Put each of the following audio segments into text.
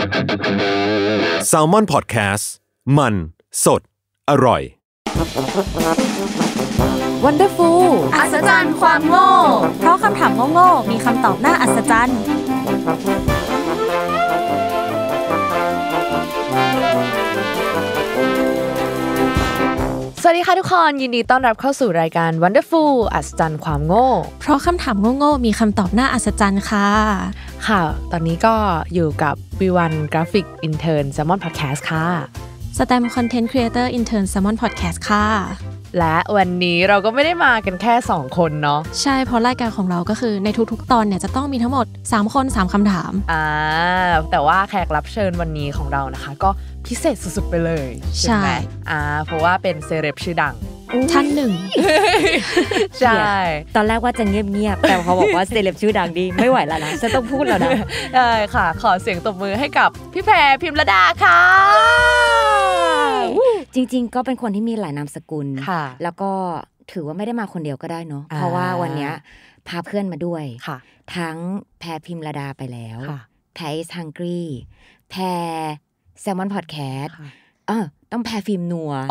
Salmon Podcast มันสดอร่อย Wonderful อัศจรรย์ความโง่เพราะคำถามโง่ๆมีคำตอบน่าอัศจรรย์สวัสดีค่ะทุกคนยินดีต้อนรับเข้าสู่รายการ Wonderful อัศจรรย์ความโง่เพราะคำถามโง่ๆมีคำตอบน่าอัศจรรย์ค่ะค่ะตอนนี้ก็อยู่กับ V1 Graphic Intern Salmon Podcast ค่ะ STEM Content Creator Intern Salmon Podcast ค่ะและวันนี้เราก็ไม่ได้มากันแค่2คนเนาะใช่เพราะรายการของเราก็คือในทุกๆตอนเนี่ยจะต้องมีทั้งหมด3คน3คำถามแต่ว่าแขกรับเชิญวันนี้ของเรานะคะก็พิเศษสุดๆไปเลยใช่ไหมเพราะว่าเป็นเซเลบชื่อดังท่านหนึ่งใช่ตอนแรกว่าจะเงียบๆแต่เขาบอกว่าเซเลบชื่อดังดีไม่ไหวแล้วนะฉันต้องพูดแล้วนะได้ค่ะขอเสียงตบมือให้กับพี่แพรพิมรดาค่ะจริงๆก็เป็นคนที่มีหลายนามสกุลแล้วก็ถือว่าไม่ได้มาคนเดียวก็ได้เนาะเพราะว่าวันนี้พาเพื่อนมาด้วยทั้งแพรพิมรดาไปแล้วแพร is hungry แพร Salmon Podcast ต้องแพรฟิล์มนัว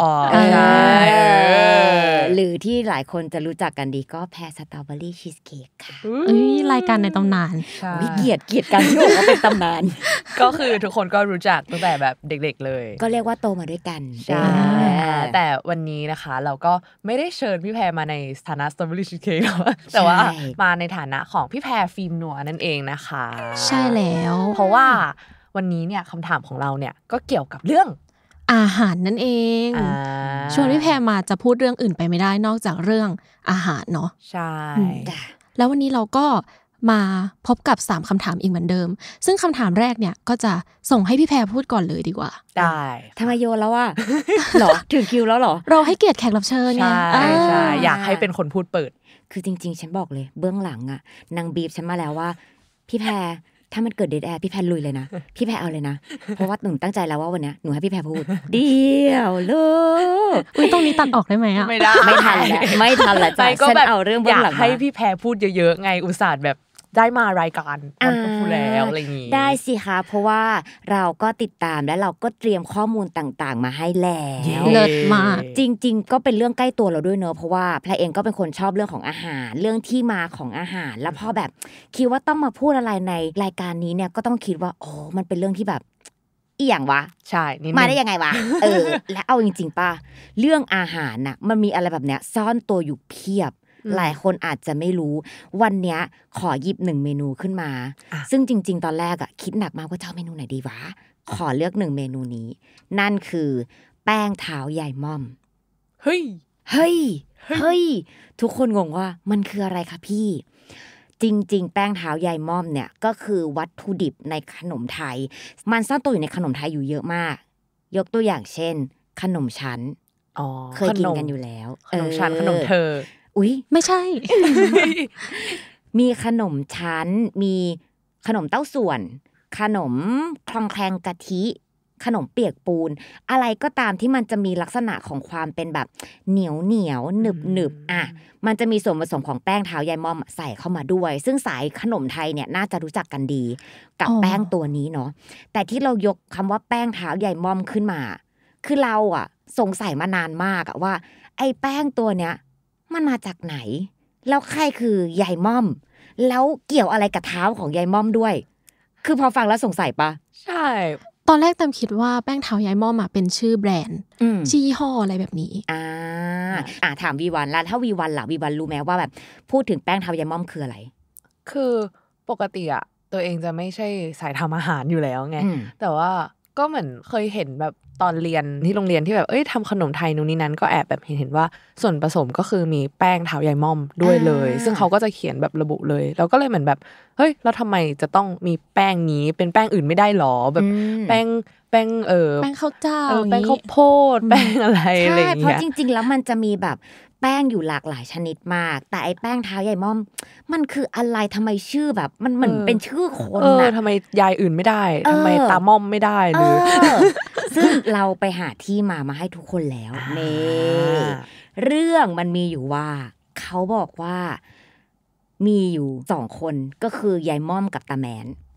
หรือที่หลายคนจะรู้จักกันดีก็แพรสตรอเบอรี่ชีสเค้กค่ะรายการในตำนานวิเกียรติกันที่บอกว่าเป็นตำนานก็คือทุกคนก็รู้จักตั้งแต่แบบเด็กๆเลยก็เรียกว่าโตมาด้วยกันใช่แต่วันนี้นะคะเราก็ไม่ได้เชิญพี่แพรมาในฐานะสตรอเบอรี่ชีสเค้กแต่ว่ามาในฐานะของพี่แพรฟิล์มนัวนั่นเองนะคะใช่แล้วเพราะว่าวันนี้เนี่ยคำถามของเราเนี่ยก็เกี่ยวกับเรื่องอาหารนั่นเองชวนพี่แพรมาจะพูดเรื่องอื่นไปไม่ได้นอกจากเรื่องอาหารเนาะใช่แล้ววันนี้เราก็มาพบกับ3คำถามอีกเหมือนเดิมซึ่งคำถามแรกเนี่ยก็จะส่งให้พี่แพรพูดก่อนเลยดีกว่าได้ทำไมโยนแล้วอะหรอถึงคิวแล้วหรอเราให้เกียรติแขกรับเชิญไงใช่อยากให้เป็นคนพูดเปิดคือจริงๆฉันบอกเลยเบื้องหลังอะนางบีบฉันมาแล้วว่าพี่แพรถ้ามันเกิดเดทแอร์พี่แพรลุยเลยนะพี่แพรเอาเลยนะเพราะว่าหนูตั้งใจแล้วว่าวันนี้หนูให้พี่แพรพูดเดียวเลยตรงนี้ตัดออกได้ไหมอ่ะไม่ทันแล้วจ้ะฉันเอาเรื่องเบื้องหลังให้พี่แพรพูดเยอะๆไงอุตส่าห์แบบได้มารายการพูดแล้วอะไรอย่างงี้ได้สิคะเพราะว่าเราก็ติดตามและเราก็เตรียมข้อมูลต่างๆมาให้แล้วเลิศมากจริงๆก็เป็นเรื่องใกล้ตัวเราด้วยเนอะเพราะว่าแพรเองก็เป็นคนชอบเรื่องของอาหารเรื่องที่มาของอาหารแล้วพอแบบคิดว่าต้องมาพูดอะไรในรายการนี้เนี่ยก็ต้องคิดว่าโอ้มันเป็นเรื่องที่แบบอีหยังวะใช่มาได้ยังไงวะและเอาจริงๆป่ะเรื่องอาหารน่ะมันมีอะไรแบบเนี้ยซ่อนตัวอยู่เพียบหลายคนอาจจะไม่รู้วันเนี้ยขอหยิบ1เมนูขึ้นมาซึ่งจริงๆตอนแรกอ่ะคิดหนักมากว่าจะเอาเมนูไหนดีวะขอเลือก1เมนูนี้นั่นคือแป้งเท้ายายม่อมเฮ้ยทุกคนงงว่ามันคืออะไรคะพี่จริงๆแป้งเท้ายายม่อมเนี่ยก็คือวัตถุดิบในขนมไทยมันซ่อนตัวอยู่ในขนมไทยอยู่เยอะมากยกตัวอย่างเช่นขนมชั้นเคยกินกันอยู่แล้วขนมชั้นขนมเธออุ๊ยไม่ใช่มีขนมชั้นมีขนมเต้าส่วนขนมคลองแคลงกะทิขนมเปียกปูนอะไรก็ตามที่มันจะมีลักษณะของความเป็นแบบเหนียวหนึบอ่ะมันจะมีส่วนผสมของแป้งเท้ายายม่อมใส่เข้ามาด้วยซึ่งสายขนมไทยเนี่ยน่าจะรู้จักกันดีกับแป้งตัวนี้เนาะแต่ที่เรายกคำว่าแป้งเท้ายายม่อมขึ้นมาคือเราอ่ะสงสัยมานานมากอ่ะว่าไอ้แป้งตัวเนี้ยมันมาจากไหนแล้วใครคือยายม่อมแล้วเกี่ยวอะไรกับเท้าของยายม่อมด้วยคือพอฟังแล้วสงสัยปะใช่ตอนแรกตามคิดว่าแป้งเท้ายายม่อมเป็นชื่อแบรนด์ชื่อยี่ห้ออะไรแบบนี้ถามV1แล้วถ้าV1ล่ะV1รู้ไหมว่าแบบพูดถึงแป้งเท้ายายม่อมคืออะไรคือปกติอะตัวเองจะไม่ใช่สายทำอาหารอยู่แล้วไงแต่ว่าก็เหมือนเคยเห็นแบบตอนเรียนที่โรงเรียนที่แบบทำขนมไทยนู่นนี่นั้นก็แอบแบบเห็นว่าส่วนผสมก็คือมีแป้งเท้ายายม่อมด้วยเลยซึ่งเขาก็จะเขียนแบบระบุเลยแล้วก็เลยเหมือนแบบเฮ้ยแล้วทำไมจะต้องมีแป้งนี้เป็นแป้งอื่นไม่ได้หรอแบบแป้งแป้งข้าวเจ้าแป้งข้าวโพดแป้งอะไรอะไรอย่างเงี้ยเพราะจริงๆแล้วมันจะมีแบบแป้งอยู่หลากหลายชนิดมากแต่ไอ้แป้งเท้ายายม่อมมันคืออะไรทำไมชื่อแบบมันเหมือนเป็นชื่อคนน่ะทำไมยายอื่นไม่ได้ทำไมตาม่อมไม่ได้หรือซึ่งเราไปหาที่มาให้ทุกคนแล้วนี่เรื่องมันมีอยู่ว่าเขาบอกว่ามีอยู่2คนก็คือยายม่อมกับตาแมน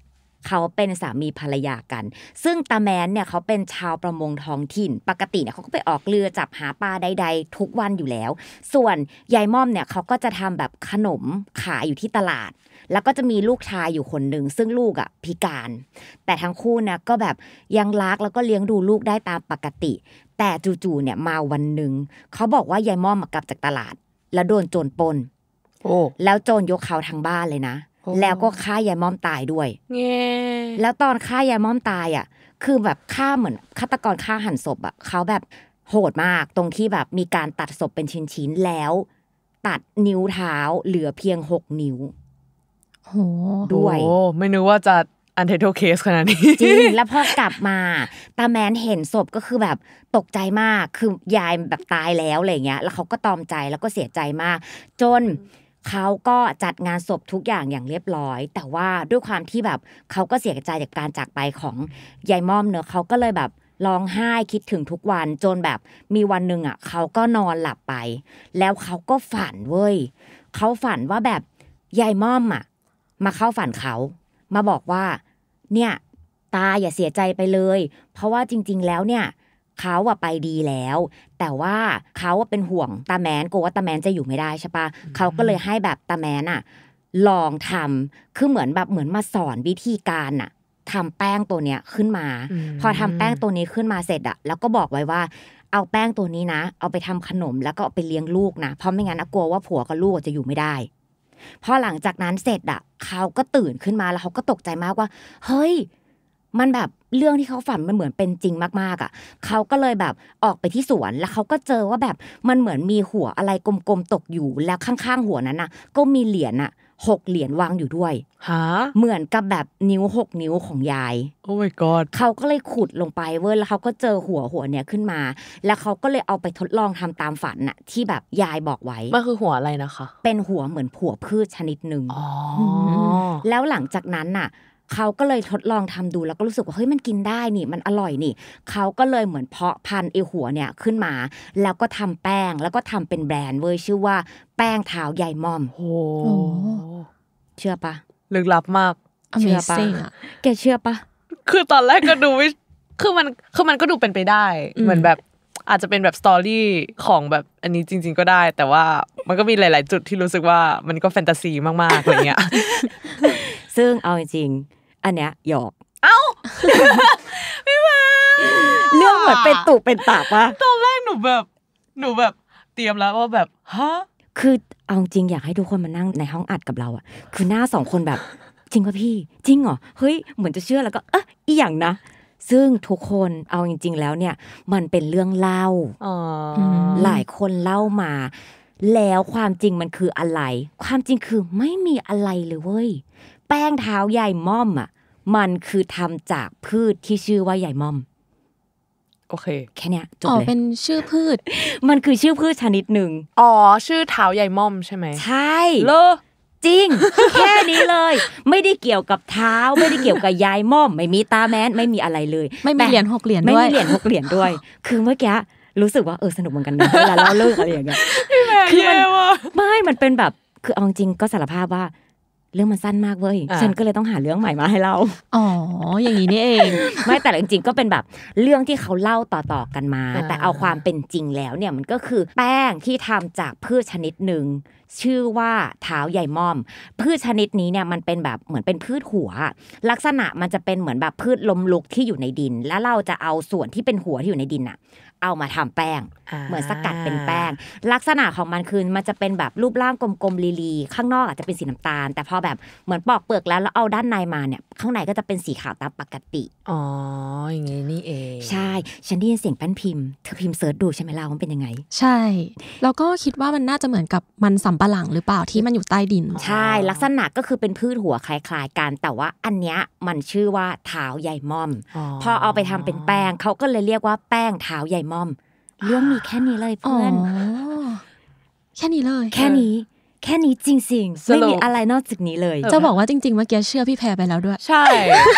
เขาเป็นสามีภรรยากันซึ่งตาแมนเนี่ยเขาเป็นชาวประมงท้องถิ่นปกติเนี่ยเขาก็ไปออกเรือจับหาปลาใดๆทุกวันอยู่แล้วส่วนยายม่อมเนี่ยเขาก็จะทำแบบขนมขายอยู่ที่ตลาดแล้วก็จะมีลูกชายอยู่คนนึงซึ่งลูกอ่ะพิการแต่ทั้งคู่นะก็แบบยังรักแล้วก็เลี้ยงดูลูกได้ตามปกติแต่จู่ๆเนี่ยมาวันนึงเขาบอกว่ายายม่อมกลับจากตลาดแล้วโดนโจรปล้นแล้วโจรยกเขาทั้งบ้านเลยนะแล้วก็ฆ่ายายม่อมตายด้วยแล้วตอนฆ่ายายม่อมตายอ่ะคือแบบฆ่าเหมือนฆาตกรฆ่าหั่นศพอ่ะเขาแบบโหดมากตรงที่แบบมีการตัดศพเป็นชิ้นๆแล้วตัดนิ้วเท้าเหลือเพียง6นิ้วโหด้วยไม่นึกว่าจะอันเทโทเคสขนาดนี้จริงแล้วพอกลับมาตาแมนเห็นศพก็คือแบบตกใจมากคือยายแบบตายแล้วอะไรเงี้ยแล้วเขาก็ตอมใจแล้วก็เสียใจมากจนเขาก็จัดงานศพทุกอย่างอย่างเรียบร้อยแต่ว่าด้วยความที่แบบเขาก็เสียใจจากการจากไปของยายม่อมเนอะเขาก็เลยแบบร้องไห้คิดถึงทุกวันจนแบบมีวันนึงอ่ะเขาก็นอนหลับไปแล้วเขาก็ฝันเว้ยเขาฝันว่าแบบยายม่อมอ่ะมาเข้าฝันเขามาบอกว่าเนี่ยตาอย่าเสียใจไปเลยเพราะว่าจริงๆแล้วเนี่ยเขาอะไปดีแล้วแต่ว่าเขาเป็นห่วงตาแมนกลัวว่าตาแมนจะอยู่ไม่ได้ใช่ปะเขาก็เลยให้แบบตาแมนอะลองทำคือเหมือนมาสอนวิธีการอะทำแป้งตัวเนี้ยขึ้นมาพอทำแป้งตัวนี้ขึ้นมาเสร็จอะแล้วก็บอกไว้ว่าเอาแป้งตัวนี้นะเอาไปทำขนมแล้วก็เอาไปเลี้ยงลูกนะเพราะไม่งั้นกลัวว่าผัวกับลูกจะอยู่ไม่ได้พอหลังจากนั้นเสร็จอ่ะเขาก็ตื่นขึ้นมาแล้วเขาก็ตกใจมากว่าเฮ้ยมันแบบเรื่องที่เขาฝันมันเหมือนเป็นจริงมากๆอ่ะเขาก็เลยแบบออกไปที่สวนแล้วเขาก็เจอว่าแบบมันเหมือนมีหัวอะไรกลมๆตกอยู่แล้วข้างๆหัวนั้นน่ะก็มีเหรียญ6 เหรียญวางอยู่ด้วยเหมือนกับแบบนิ้ว6 นิ้วของยายโอ้ my god เขาก็เลยขุดลงไปเว้ยแล้วเขาก็เจอหัวเนี้ยขึ้นมาแล้วเขาก็เลยเอาไปทดลองทำตามฝันน่ะที่แบบยายบอกไว้มันคือหัวอะไรนะคะเป็นหัวเหมือนผัวพืชชนิดนึงแล้วหลังจากนั้นน่ะเขาก็เลยทดลองทำดูแล้วก็รู้สึกว่าเฮ้ยมันกินได้นี่มันอร่อยนี่เขาก็เลยเหมือนเพาะพันธุ์ไอ้หัวเนี่ยขึ้นมาแล้วก็ทำแป้งแล้วก็ทำเป็นแบรนด์เว้ยชื่อว่าแป้งเท้ายายม่อมโอ้เชื่อปะลึกลับมากเชื่อปะแกเชื่อปะคือตอนแรกก็ดูไม่คือมันก็ดูเป็นไปได้เหมือนแบบอาจจะเป็นแบบสตอรี่ของแบบอันนี้จริงๆก็ได้แต่ว่ามันก็มีหลายๆจุดที่รู้สึกว่ามันก็แฟนตาซีมากๆอะไรเงี้ยซึ่งเอาจริงๆอันเนี้ยหยอกเอ้าพี่มาเรื่องเหมือนเป็นตุเป็นตาปะตอนแรกหนูแบบเตรียมแล้วว่าแบบฮะคือเอาจริงอยากให้ทุกคนมานั่งในห้องอัดกับเราอ่ะคือหน้า2 คนแบบจริงป่ะพี่จริงเหรอเฮ้ยเหมือนจะเชื่อแล้วก็อีหยังนะซึ่งทุกคนเอาจริงๆแล้วเนี่ยมันเป็นเรื่องเล่าหลายคนเล่ามาแล้วความจริงมันคืออะไรความจริงคือไม่มีอะไรเลยเว้ยแป้งเท้ายายม่อมอ่ะมันคือทำจากพืชที่ชื่อว่ายายม่อมโอเคแค่เนี้ยจบเลยเป็นชื่อพืชมันคือชื่อพืชชนิดนึงชื่อเท้ายายม่อมใช่ไหมใช่เลยจริงแค่นี้เลยไม่ได้เกี่ยวกับเท้าไม่ได้เกี่ยวกับยายม่อมไม่มีตาแมนไม่มีอะไรเลยไม่มีเหรียญ6 เหรียญด้วยไม่มีเหรียญ6 เหรียญด้วยคือเมื่อกี้รู้สึกว่าสนุกเหมือนกันนะเวลาเล่าเรื่องอะไรอย่างเงี้ยคือมันเป็นแบบคือเอาจริงก็สารภาพว่าเรื่องมันสั้นมากเว้ยฉันก็เลยต้องหาเรื่องใหม่มาให้เล่าอย่างนี้นี่เองไม่แต่จริงๆก็เป็นแบบเรื่องที่เขาเล่าต่อๆกันมาแต่เอาความเป็นจริงแล้วเนี่ยมันก็คือแป้งที่ทำจากพืชชนิดนึงชื่อว่าเท้ายายม่อมพืชชนิดนี้เนี่ยมันเป็นแบบเหมือนเป็นพืชหัวลักษณะมันจะเป็นเหมือนแบบพืชล้มลุกที่อยู่ในดินแล้วเราจะเอาส่วนที่เป็นหัวที่อยู่ในดินเอามาทำแป้งเหมือนสกัดเป็นแป้งลักษณะของมันคือมันจะเป็นแบบรูปร่างกลมๆลีๆข้างนอกอาจจะเป็นสีน้ำตาลแต่พอแบบเหมือนปอกเปลือกแล้วเอาด้านในมาเนี่ยข้างในก็จะเป็นสีขาวตามปกติอย่างงี้นี่เองใช่ฉันได้ยินเสียงแป้นพิมพ์เธอพิมพ์เสิร์ชดูใช่ไหมล่ะว่าเป็นยังไงใช่แล้วก็คิดว่ามันน่าจะเหมือนกับมันสำปะหลังหรือเปล่าที่มันอยู่ใต้ดินใช่ลักษณะก็คือเป็นพืชหัวคล้ายๆกันแต่ว่าอันเนี้ยมันชื่อว่าเท้ายายม่อมพอเอาไปทำเป็นแป้งเขาก็เลยเรียกว่าแป้งเท้ายายม่อมเรื่องมีแค่นี้เลยเพื่อนแค่นี้เลยแค่นี้จริงๆไม่มีอะไรนอกจากนี้เลยจะบอกว่าจริงๆเมื่อกี้เชื่อพี่แพรไปแล้วด้วยใช่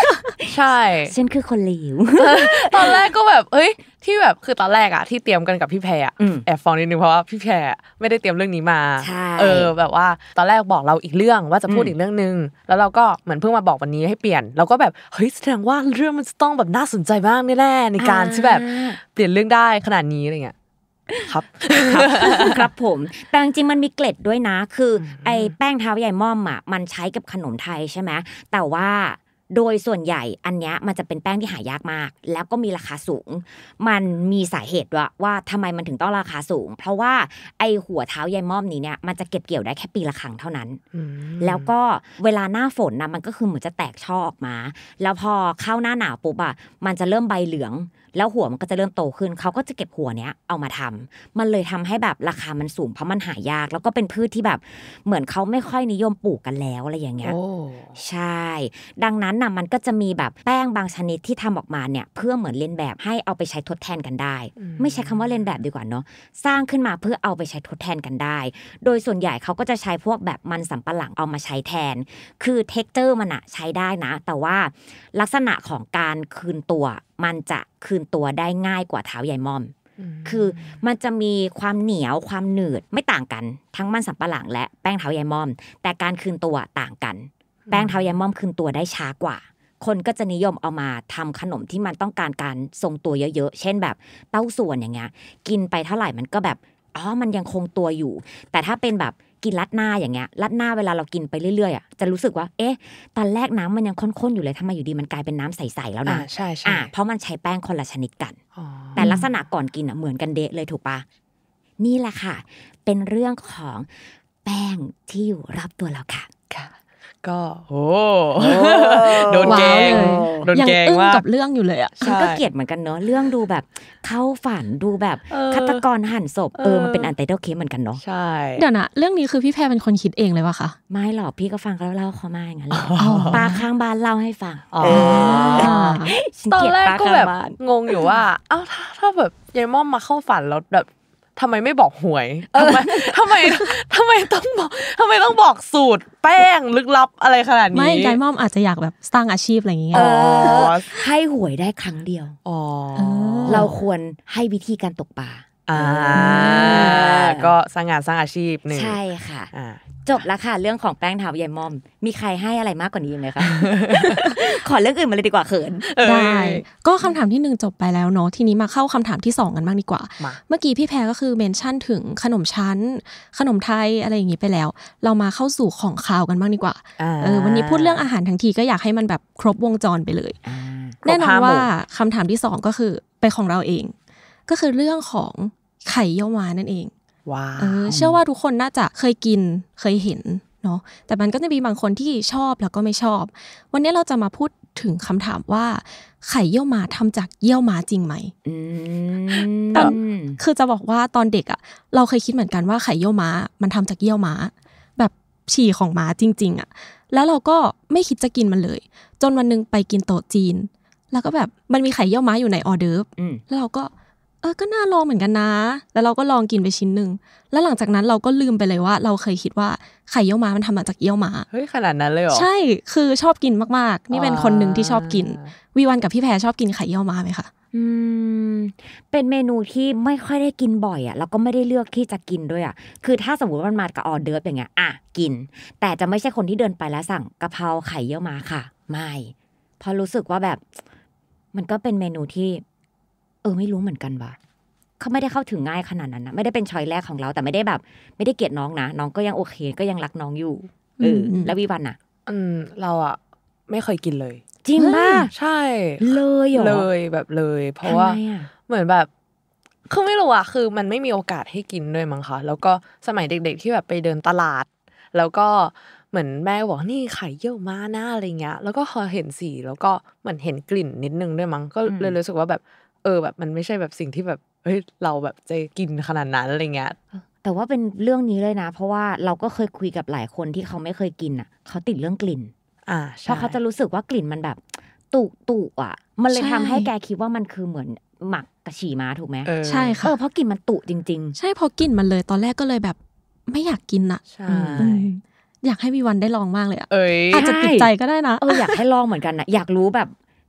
ใช่ฉันคือคนเลวตอนแรกก็แบบเฮ้ยที่แบบคือตอนแรกอะที่เตรียมกันกับพี่แพรอะแอบฟ้องนิดนึงเพราะว่าพี่แพรไม่ได้เตรียมเรื่องนี้มาแบบว่าตอนแรกบอกเราอีกเรื่องว่าจะพูดอีกเรื่องนึงแล้วเราก็เหมือนเพิ่งมาบอกวันนี้ให้เปลี่ยนเราก็แบบเฮ้ยแสดงว่าเรื่องมันต้องแบบน่าสนใจมากแน่ๆในการที่แบบเปลี่ยนเรื่องได้ขนาดนี้อะไรเงี้ยครับผมแต่จริงๆมันมีเกล็ดด้วยนะคือไอ้แป้งเท้าใหญ่ม่อมอ่ะมันใช้กับขนมไทยใช่ไหมแต่ว่าโดยส่วนใหญ่อันเนี้ยมันจะเป็นแป้งที่หายากมากแล้วก็มีราคาสูงมันมีสาเหตุว่าทำไมมันถึงต้องราคาสูงเพราะว่าไอ้หัวเท้าใยม่อมนี้เนี่ยมันจะเก็บเกี่ยวได้แค่ปีละครั้งเท่านั้นแล้วก็เวลาหน้าฝนนะมันก็คือเหมือนจะแตกช่อออกมาแล้วพอเข้าหน้าหนาวปุ๊บอ่ะมันจะเริ่มใบเหลืองแล้วหัวมันก็จะเริ่มโตขึ้นเขาก็จะเก็บหัวเนี้ยเอามาทำมันเลยทำให้แบบราคามันสูงเพราะมันหายากแล้วก็เป็นพืชที่แบบเหมือนเขาไม่ค่อยนิยมปลูกกันแล้วอะไรอย่างเงี้ยใช่ดังนั้นน่ะมันก็จะมีแบบแป้งบางชนิดที่ทำออกมาเนี่ยเพื่อเหมือนเลียนแบบให้เอาไปใช้ทดแทนกันได้ไม่ใช้คำว่าเลียนแบบดีกว่าเนาะสร้างขึ้นมาเพื่อเอาไปใช้ทดแทนกันได้โดยส่วนใหญ่เขาก็จะใช้พวกแบบมันสำปะหลังเอามาใช้แทนคือเท็กเจอร์มันอะใช้ได้นะแต่ว่าลักษณะของการคืนตัวมันจะคืนตัวได้ง่ายกว่าเท้าใยม่อมคือมันจะมีความเหนียวความหนืดไม่ต่างกันทั้งมันสำปะหลังและแป้งเท้าใยม่อมแต่การคืนตัวต่างกันแป้งเท้าใยม่อมคืนตัวได้ช้ากว่าคนก็จะนิยมเอามาทำขนมที่มันต้องการการทรงตัวเยอะๆเช่นแบบเต้าส่วนอย่างเงี้ยกินไปเท่าไหร่มันก็แบบมันยังคงตัวอยู่แต่ถ้าเป็นแบบกินรัดหน้าอย่างเงี้ยรัดหน้าเวลาเรากินไปเรื่อยๆอ่ะจะรู้สึกว่าตอนแรกน้ำมันยังข้นๆอยู่เลยทำไมอยู่ดีมันกลายเป็นน้ำใสๆแล้วนะใช่เพราะมันใช้แป้งคนละชนิดกันแต่ลักษณะก่อนกินอ่ะเหมือนกันเดะเลยถูกปะนี่แหละค่ะเป็นเรื่องของแป้งที่อยู่รอบตัวเราค่ะก็โดนแกงว่ากับเรื่องอยู่เลยอ่ะก็เกลียดเหมือนกันเนอะเรื่องดูแบบเข้าฝันดูแบบฆาตกรหั่นศพมันเป็นอันไตเติลเคสเหมือนกันเนาะใช่เดี๋ยวนะเรื่องนี้คือพี่แพรเป็นคนคิดเองเลยป่ะคะไม่หรอกพี่ก็ฟังเล่าเขามาอย่างนั้นแหละป้าข้างบ้านเล่าให้ฟังตอนแรกก็แบบงงอยู่ว่าถ้าแบบยายม่อมมาเข้าฝันแล้วแบบทำไมไม่บอกหวยทำไมต้องบอกสูตรแป้งลึกลับอะไรขนาดนี้ไม่ยายม่อมอาจจะอยากแบบสร้างอาชีพอะไรอย่างเงี้ยให้หวยได้ครั้งเดียวเราควรให้วิธีการตกปลาก็สร้างงานสร้างอาชีพหนึ่งใช่ค่ะจบแล้วค่ะเรื่องของแป้งเท้ายายม่อมมีใครให้อะไรมากกว่านี้ไหมคะ ขอเรื่องอื่นมาเลยดีกว่าเขินได้ก็คำถามที่1จบไปแล้วเนาะทีนี้มาเข้าคำถามที่2กันบ้างดีกว่าเมื่อกี้พี่แพรก็คือเมนชั่นถึงขนมชั้นขนมไทยอะไรอย่างงี้ไปแล้วเรามาเข้าสู่ของคาวกันบ้างดีกว่าวันนี้พูดเรื่องอาหารทั้งทีก็อยากให้มันแบบครบวงจรไปเลยแน่นอนว่าคำถามที่2ก็คือไปของเราเองก็คือเรื่องของไข่เยี่ยวม้านั่นเองว้าวเชื่อว่าทุกคนน่าจะเคยกินเคยเห็นเนาะแต่มันก็จะมีบางคนที่ชอบแล้วก็ไม่ชอบวันนี้เราจะมาพูดถึงคำถามว่าไข่เยี่ยวม้าทำจากเยี่ยวม้าจริงไหมคือจะบอกว่าตอนเด็กอ่ะเราเคยคิดเหมือนกันว่าไข่เยี่ยวม้ามันทำจากเยี่ยวม้าแบบฉี่ของม้าจริงๆอ่ะแล้วเราก็ไม่คิดจะกินมันเลยจนวันนึงไปกินโต๊ะจีนแล้วก็แบบมันมีไข่เยี่ยวม้าอยู่ในออเดิร์ฟแล้วเราก็ก็น่าลองเหมือนกันนะแล้วเราก็ลองกินไปชิ้นนึงแล้วหลังจากนั้นเราก็ลืมไปเลยว่าเราเคยคิดว่าไข่เยี่ยวม้ามันทำมาจากเยี่ยวม้าเฮ้ยขนาดนั้นเลยเหรอใช่คือชอบกินมากๆนี่เป็นคนนึงที่ชอบกินวีวันกับพี่แพรชอบกินไข่เยี่ยวม้าไหมคะเป็นเมนูที่ไม่ค่อยได้กินบ่อยอ่ะแล้วก็ไม่ได้เลือกที่จะกินด้วยอ่ะคือถ้าสมมติว่ามันมากับออเดิร์ฟอย่างเงี้ยกินแต่จะไม่ใช่คนที่เดินไปแล้วสั่งกะเพราไข่เยี่ยวม้าค่ะไม่เพราะรู้สึกว่าแบบมันก็เป็นเมนูที่ไม่รู้เหมือนกันว่ะเขาไม่ได้เข้าถึงง่ายขนาดนั้นนะไม่ได้เป็นช้อยแรกของเราแต่ไม่ได้แบบไม่ได้เกลียดน้องนะน้องก็ยังโอเคก็ยังรักน้องอยู่แล้ววิวันน่ะเราอ่ะไม่เคยกินเลยจริงป่ะใช่เลยเหรอเลยแบบเลยเพราะว่าเหมือนแบบคือไม่รู้อ่ะคือมันไม่มีโอกาสให้กินด้วยมั้งคะแล้วก็สมัยเด็กๆที่แบบไปเดินตลาดแล้วก็เหมือนแม่บอกนี่ไข่เยี่ยวม้าหน้าอะไรเงี้ยแล้วก็พอเห็นสีแล้วก็เหมือนเห็นกลิ่นนิดนึงด้วยมั้งก็เลยรู้สึกว่าแบบแบบมันไม่ใช่แบบสิ่งที่แบบเฮ้ยเราแบบจะกินขนาดนั้นอะไรเงี้ยแต่ว่าเป็นเรื่องนี้เลยนะเพราะว่าเราก็เคยคุยกับหลายคนที่เขาไม่เคยกินอ่ะเขาติดเรื่องกลิ่นเพราะเขาจะรู้สึกว่ากลิ่นมันแบบตุอ่ะมันเลยทำให้แกคิดว่ามันคือเหมือนหมักกระฉี่ม้าถูกไหมใช่ค่ะเพราะกลิ่นมันตุจริงๆใช่เพราะกลิ่นมันเลยตอนแรกก็เลยแบบไม่อยากกินอ่ะใช่อยากให้วีวันได้ลองมากเลยอ่ะอาจจะติดใจก็ได้นะอยากให้ลองเหมือนกันนะอยากรู้แบบ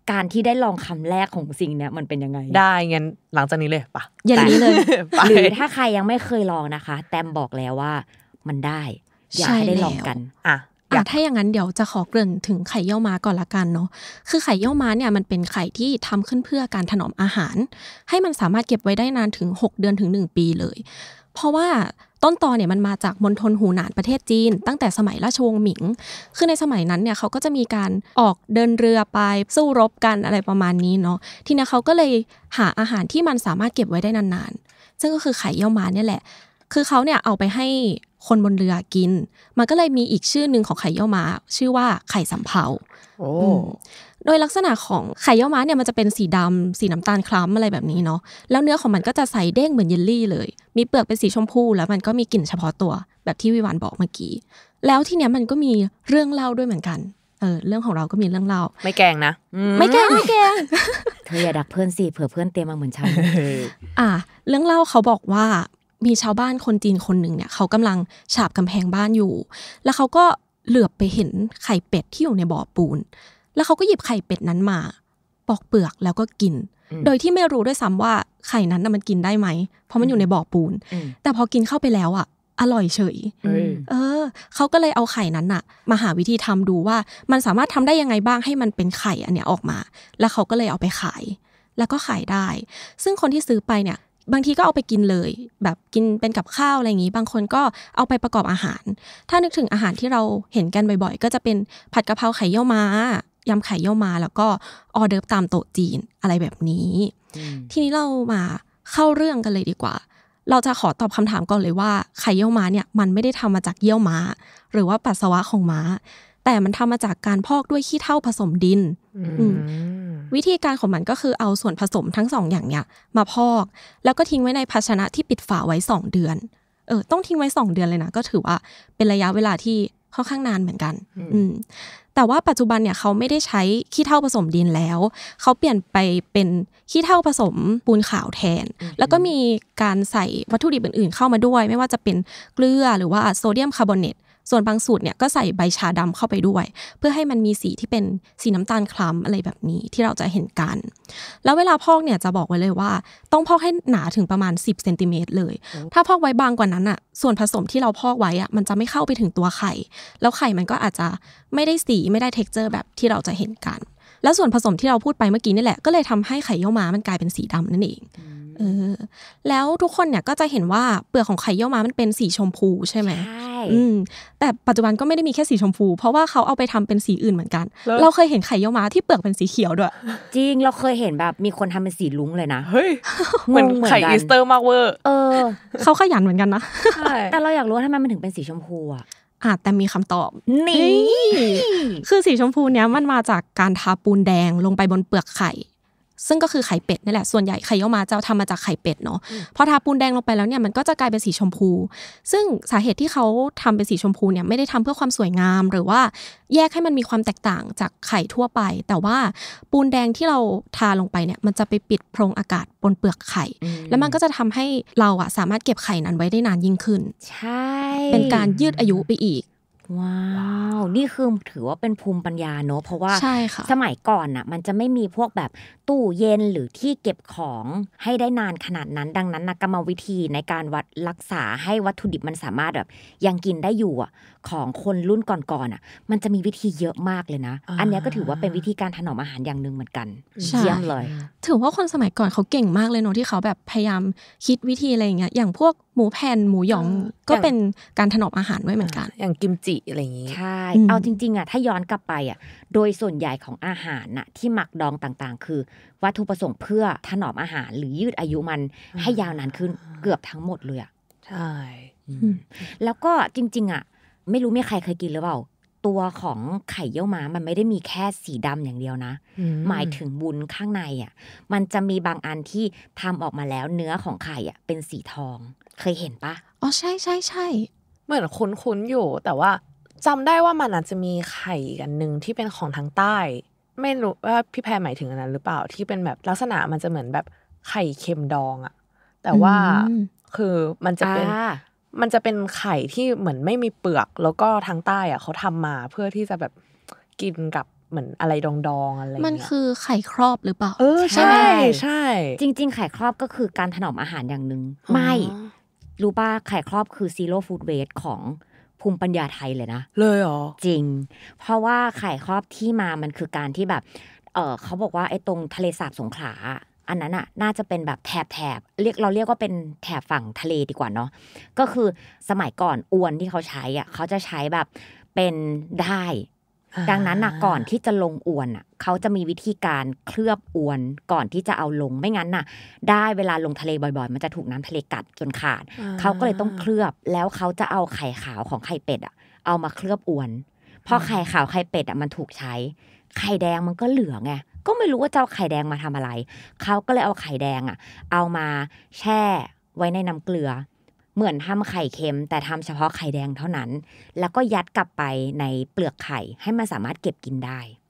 การที่ได้ลองคำแรกของสิ่งเนี้ยมันเป็นยังไงได้งั้นหลังจากนี้เลยปะเย็นนี้เลยหรือถ้าใครยังไม่เคยลองนะคะแต้มบอกแล้วว่ามันได้อยากให้ได้ลองกันถ้าอย่างนั้นเดี๋ยวจะขอเกริ่นถึงไข่เยี่ยวม้าก่อนละกันเนาะคือไข่เยี่ยวม้าเนี่ยมันเป็นไข่ที่ทำขึ้นเพื่อการถนอมอาหารให้มันสามารถเก็บไว้ได้นานถึง6 เดือนถึง1 ปีเลยเพราะว่าต้นตอเนี่ยมันมาจากมณฑลหูหนานประเทศจีนตั้งแต่สมัยราชวงศ์หมิงคือในสมัยนั้นเนี่ยเขาก็จะมีการออกเดินเรือไปสู้รบกันอะไรประมาณนี้เนาะทีนี้เขาก็เลยหาอาหารที่มันสามารถเก็บไว้ได้นานๆซึ่งก็คือไข่เยี่ยวม้าเนี่ยแหละคือเขาเนี่ยเอาไปให้คนบนเรือกินมันก็เลยมีอีกชื่อนึงของไข่เยี่ยวม้าชื่อว่าไข่สำเภาโดยลักษณะของไข่เยี่ยวม้าเนี่ยมันจะเป็นสีดำสีน้ำตาลคล้ำอะไรแบบนี้เนาะแล้วเนื้อของมันก็จะใสเด้งเหมือนเยลลี่เลยมีเปลือกเป็นสีชมพูแล้วมันก็มีกลิ่นเฉพาะตัวแบบที่วิวานบอกเมื่อกี้แล้วทีเนี้ยมันก็มีเรื่องเล่าด้วยเหมือนกันเรื่องของเราก็มีเรื่องเล่าไม่แกล้งนะไม่แกล้งเธออย่าดักเพื่อนสิเผื่อเพื่อนเตรียมมาเหมือนฉันเรื่องเล่าเขาบอกว่ามีชาวบ้านคนจีนคนหนึ่งเนี่ยเขากำลังฉาบกำแพงบ้านอยู่แล้วเขาก็เหลือบไปเห็นไข่เป็ดที่อยู่ในบ่อปูนแล้วเขาก็หยิบไข่เป็ดนั้นมาปอกเปลือกแล้วก็กินโดยที่ไม่รู้ด้วยซ้ำว่าไข่นั้นมันกินได้ไหมเพราะมันอยู่ในบ่อปูนแต่พอกินเข้าไปแล้วอร่อยเฉยเขาก็เลยเอาไข่นั้นมาหาวิธีทำดูว่ามันสามารถทำได้ยังไงบ้างให้มันเป็นไข่อันเนี้ยออกมาแล้วเขาก็เลยเอาไปขายแล้วก็ขายได้ซึ่งคนที่ซื้อไปเนี่ยบางทีก็เอาไปกินเลยแบบกินเป็นกับข้าวอะไรอย่างงี้บางคนก็เอาไปประกอบอาหารถ้านึกถึงอาหารที่เราเห็นกันบ่อยๆก็จะเป็นผัดกะเพราไข่เยี่ยวม้ายำไข่เยี่ยวม้าแล้วก็ออเดิร์ฟตามโต๊ะจีนอะไรแบบนี้ทีนี้เรามาเข้าเรื่องกันเลยดีกว่าเราจะขอตอบคำถามก่อนเลยว่าไข่เยี่ยวม้าเนี่ยมันไม่ได้ทำมาจากเยี่ยวม้าหรือว่าปัสสาวะของม้าแต่มันทำมาจากการพอกด้วยขี้เถ้าผสมดินวิธีการของมันก็คือเอาส่วนผสมทั้ง2อย่างเนี้ยมาพอกแล้วก็ทิ้งไว้ในภาชนะที่ปิดฝาไว้2 เดือนต้องทิ้งไว้2 เดือนเลยนะก็ถือว่าเป็นระยะเวลาที่ค่อนข้างนานเหมือนกันแต่ว่าปัจจุบันเนี่ยเขาไม่ได้ใช้ขี้เถ้าผสมดินแล้วเขาเปลี่ยนไปเป็นขี้เถ้าผสมปูนขาวแทนแล้วก็มีการใส่วัตถุดิบอื่นๆเข้ามาด้วยไม่ว่าจะเป็นเกลือหรือว่าโซเดียมคาร์บอเนตส่วนบางสูตรเนี่ยก็ใส่ใบชาดำเข้าไปด้วยเพื่อให้มันมีสีที่เป็นสีน้ำตาลคล้ำอะไรแบบนี้ที่เราจะเห็นกันแล้วเวลาพอกเนี่ยจะบอกไว้เลยว่าต้องพอกให้หนาถึงประมาณ10 เซนติเมตรเลยถ้าพอกไว้บางกว่านั้นส่วนผสมที่เราพอกไว้มันจะไม่เข้าไปถึงตัวไข่แล้วไข่มันก็อาจจะไม่ได้สีไม่ได้เท็กเจอร์แบบที่เราจะเห็นกันแล้วส่วนผสมที่เราพูดไปเมื่อกี้นี่แหละก็เลยทำให้ไข่เยี่ยวม้ามันกลายเป็นสีดำนั่นเองแล้วทุกคนเนี่ยก็จะเห็นว่าเปลือกของไข่เยี่ยวม้ามันเป็นสีชมพูใช่ไหมใช่แต่ปัจจุบันก็ไม่ได้มีแค่สีชมพูเพราะว่าเขาเอาไปทำเป็นสีอื่นเหมือนกันเราเคยเห็นไข่เยี่ยวม้าที่เปลือกเป็นสีเขียวด้วยจริงเราเคยเห็นแบบมีคนทำเป็นสีลุ้งเลยนะเฮ้ยเหมือนไข่อีสเตอร์มากเวอร์เขาขยันเหมือนกันนะแต่เราอยากรู้ว่าทำไมมันถึงเป็นสีชมพูแต่มีคำตอบนี่คือสีชมพูเนี้ยมันมาจากการทาปูนแดงลงไปบนเปลือกไข่ซึ่งก็คือไข่เป็ดนี่แหละส่วนใหญ่ไข่เยี่ยวม้าจะทำมาจากไข่เป็ดเนาะพอทาปูนแดงลงไปแล้วเนี่ยมันก็จะกลายเป็นสีชมพูซึ่งสาเหตุที่เขาทำเป็นสีชมพูเนี่ยไม่ได้ทำเพื่อความสวยงามหรือว่าแยกให้มันมีความแตกต่างจากไข่ทั่วไปแต่ว่าปูนแดงที่เราทาลงไปเนี่ยมันจะไปปิดโพรงอากาศบนเปลือกไข่แล้วมันก็จะทำให้เราสามารถเก็บไข่นั้นไว้ได้นานยิ่งขึ้นใช่เป็นการยืดอายุไปอีกว้าวนี่คือถือว่าเป็นภูมิปัญญาเนอะเพราะว่าสมัยก่อนมันจะไม่มีพวกแบบตู้เย็นหรือที่เก็บของให้ได้นานขนาดนั้นดังนั้นกรรมวิธีในการรักษาให้วัตถุดิบมันสามารถแบบยังกินได้อยู่ของคนรุ่นก่อนๆมันจะมีวิธีเยอะมากเลยนะอันนี้ก็ถือว่าเป็นวิธีการถนอมอาหารอย่างนึงเหมือนกันเยี่ยมเลยถือว่าคนสมัยก่อนเขาเก่งมากเลยเนอะที่เขาแบบพยายามคิดวิธีอะไรอย่างเงี้ยอย่างพวกหมูแผ่นหมูหยองก็เป็นการถนอมอาหารด้วยเหมือนกันอย่างกิมจิอะไรอย่างงี้ใช่เอาจริงๆถ้าย้อนกลับไปโดยส่วนใหญ่ของอาหารที่หมักดองต่างๆคือวัตถุประสงค์เพื่อถนอมอาหารหรือยืดอายุมันให้ยาวนานขึ้นเกือบทั้งหมดเลยใช่แล้วก็จริงๆไม่รู้มีใครเคยกินหรือเปล่าตัวของไข่เยี่ยวม้ามันไม่ได้มีแค่สีดำอย่างเดียวนะหมายถึงวุ้นข้างในมันจะมีบางอันที่ทำออกมาแล้วเนื้อของไข่เป็นสีทองเคยเห็นปะอ๋อใช่ใช่ใช่เหมือนคุ้นๆอยู่แต่ว่าจำได้ว่ามันอาจจะมีไข่กันนึงที่เป็นของทางใต้ไม่รู้ว่าพี่แพรหมายถึงอันนั้นหรือเปล่าที่เป็นแบบลักษณะมันจะเหมือนแบบไข่เค็มดองแต่ว่าคือมันจะเป็นไข่ที่เหมือนไม่มีเปลือกแล้วก็ทางใต้เขาทำมาเพื่อที่จะแบบกินกับเหมือนอะไรดองๆอะไรเงี้ยมันคือไข่ครอบหรือเปล่าใช่ใช่จริงๆไข่ครอบก็คือการถนอมอาหารอย่างนึงไม่รู้ป่ะไข่ครอบคือ zero food waste ของภูมิปัญญาไทยเลยนะเลยเหรอจริงเพราะว่าไข่ครอบที่มามันคือการที่แบบเขาบอกว่าไอ้ตรงทะเลสาบสงขลาอันนั้นน่ะน่าจะเป็นแบบแถบเราเรียกว่าเป็นแถบฝั่งทะเลดีกว่าเนาะก็คือสมัยก่อนอวนที่เขาใช้อ่ะเขาจะใช้แบบเป็นได้ดังนั้นน่ะก่อนที่จะลงอวนน่ะเขาจะมีวิธีการเคลือบอวนก่อนที่จะเอาลงไม่งั้นน่ะได้เวลาลงทะเลบ่อยๆมันจะถูกน้ำทะเลกัดจนขาดเขาก็เลยต้องเคลือบแล้วเขาจะเอาไข่ขาวของไข่เป็ดอ่ะเอามาเคลือบอวนพอไข่ขาวไข่เป็ดอ่ะมันถูกใช้ไข่แดงมันก็เหลือไงก็ไม่รู้ว่าจะเอาไข่แดงมาทำอะไรเขาก็เลยเอาไข่แดงอ่ะเอามาแช่ไว้ในน้ำเกลือเหมือนทำไข่เค็มแต่ทำเฉพาะไข่แดงเท่านั้นแล้วก็ยัดกลับไปในเปลือกไข่ให้มันสามารถเก็บกินได้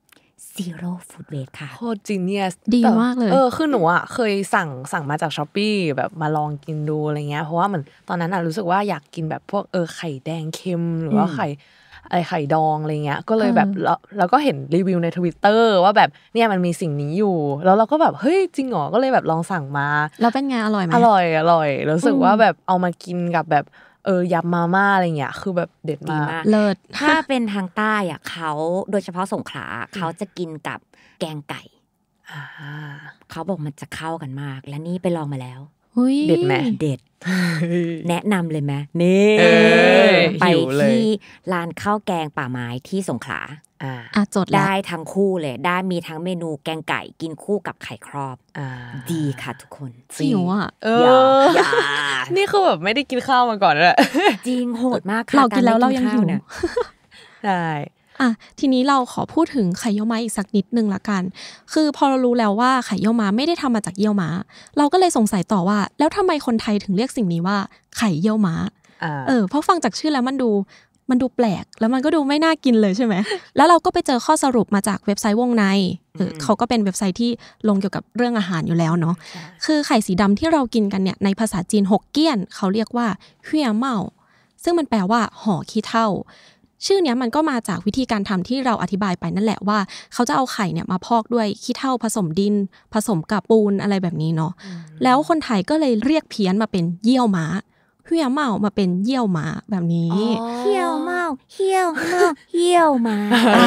zero food waste ค่ะโคตรจีเนียสดีมากเลยคือหนูอ่ะเคยสั่งมาจาก Shopee แบบมาลองกินดูอะไรเงี้ยเพราะว่ามันตอนนั้นอ่ะรู้สึกว่าอยากกินแบบพวกไข่แดงเค็มหรือว่าไข่ดองอะไรเงี้ยก็เลยแบบแล้วก็เห็นรีวิวใน Twitter ว่าแบบเนี่ยมันมีสิ่งนี้อยู่แล้วเราก็แบบเฮ้ยจริงเหรอก็เลยแบบลองสั่งมาแล้วเป็นไงอร่อยไหมอร่อยรู้สึกว่าแบบเอามากินกับแบบยำมาม่าอะไรเงี้ยคือแบบเด็ดมากเลิศถ้าเป็นทางใต้อ่ะเขาโดยเฉพาะสงขลาเขาจะกินกับแกงไก่เขาบอกมันจะเข้ากันมากและนี่ไปลองมาแล้วเด็ดไหมเด็ดแนะนำเลยไหมนี่ไปที่ร้านข้าวแกงป่าไม้ที่สงขลาจดได้ทั้งคู่เลยได้มีทั้งเมนูแกงไก่กินคู่กับไข่ครอบดีค่ะทุกคนหิวอ่ะอย่านี่คือแบบไม่ได้กินข้าวมาก่อนเลยจริงโหดมากค่ะเรากินแล้วเรายังหิวเนี่ยใช่ทีนี้เราขอพูดถึงไข่เยี่ยวม้าอีกสักนิดนึงละกันคือพอเรารู้แล้วว่าไข่เยี่ยวม้าไม่ได้ทำมาจากเยี่ยวม้าเราก็เลยสงสัยต่อว่าแล้วทำไมคนไทยถึงเรียกสิ่งนี้ว่าไข่เยี่ยวม้าเพราะฟังจากชื่อแล้วมันดูแปลกแล้วมันก็ดูไม่น่ากินเลยใช่ไหมแล้วเราก็ไปเจอข้อสรุปมาจากเว็บไซต์วงในเขาก็เป็นเว็บไซต์ที่ลงเกี่ยวกับเรื่องอาหารอยู่แล้วเนาะคือไข่สีดำที่เรากินกันเนี่ยในภาษาจีนฮกเกี้ยนเขาเรียกว่าเฮียเมาซึ่งมันแปลว่าห่อขี้เถ้าชื่อเนี้ยมันก็มาจากวิธีการทำที่เราอธิบายไปนั่นแหละว่าเขาจะเอาไข่เนี่ยมาพอกด้วยขี้เถ้าผสมดินผสมกับปูนอะไรแบบนี้เนาะแล้วคนไทยก็เลยเรียกเพี้ยนมาเป็นเยี่ยวม้าเฮียเมามาเป็นเยี่ยวม้าแบบนี้เฮียวเมาเฮียวเมาเยี่ยวม้า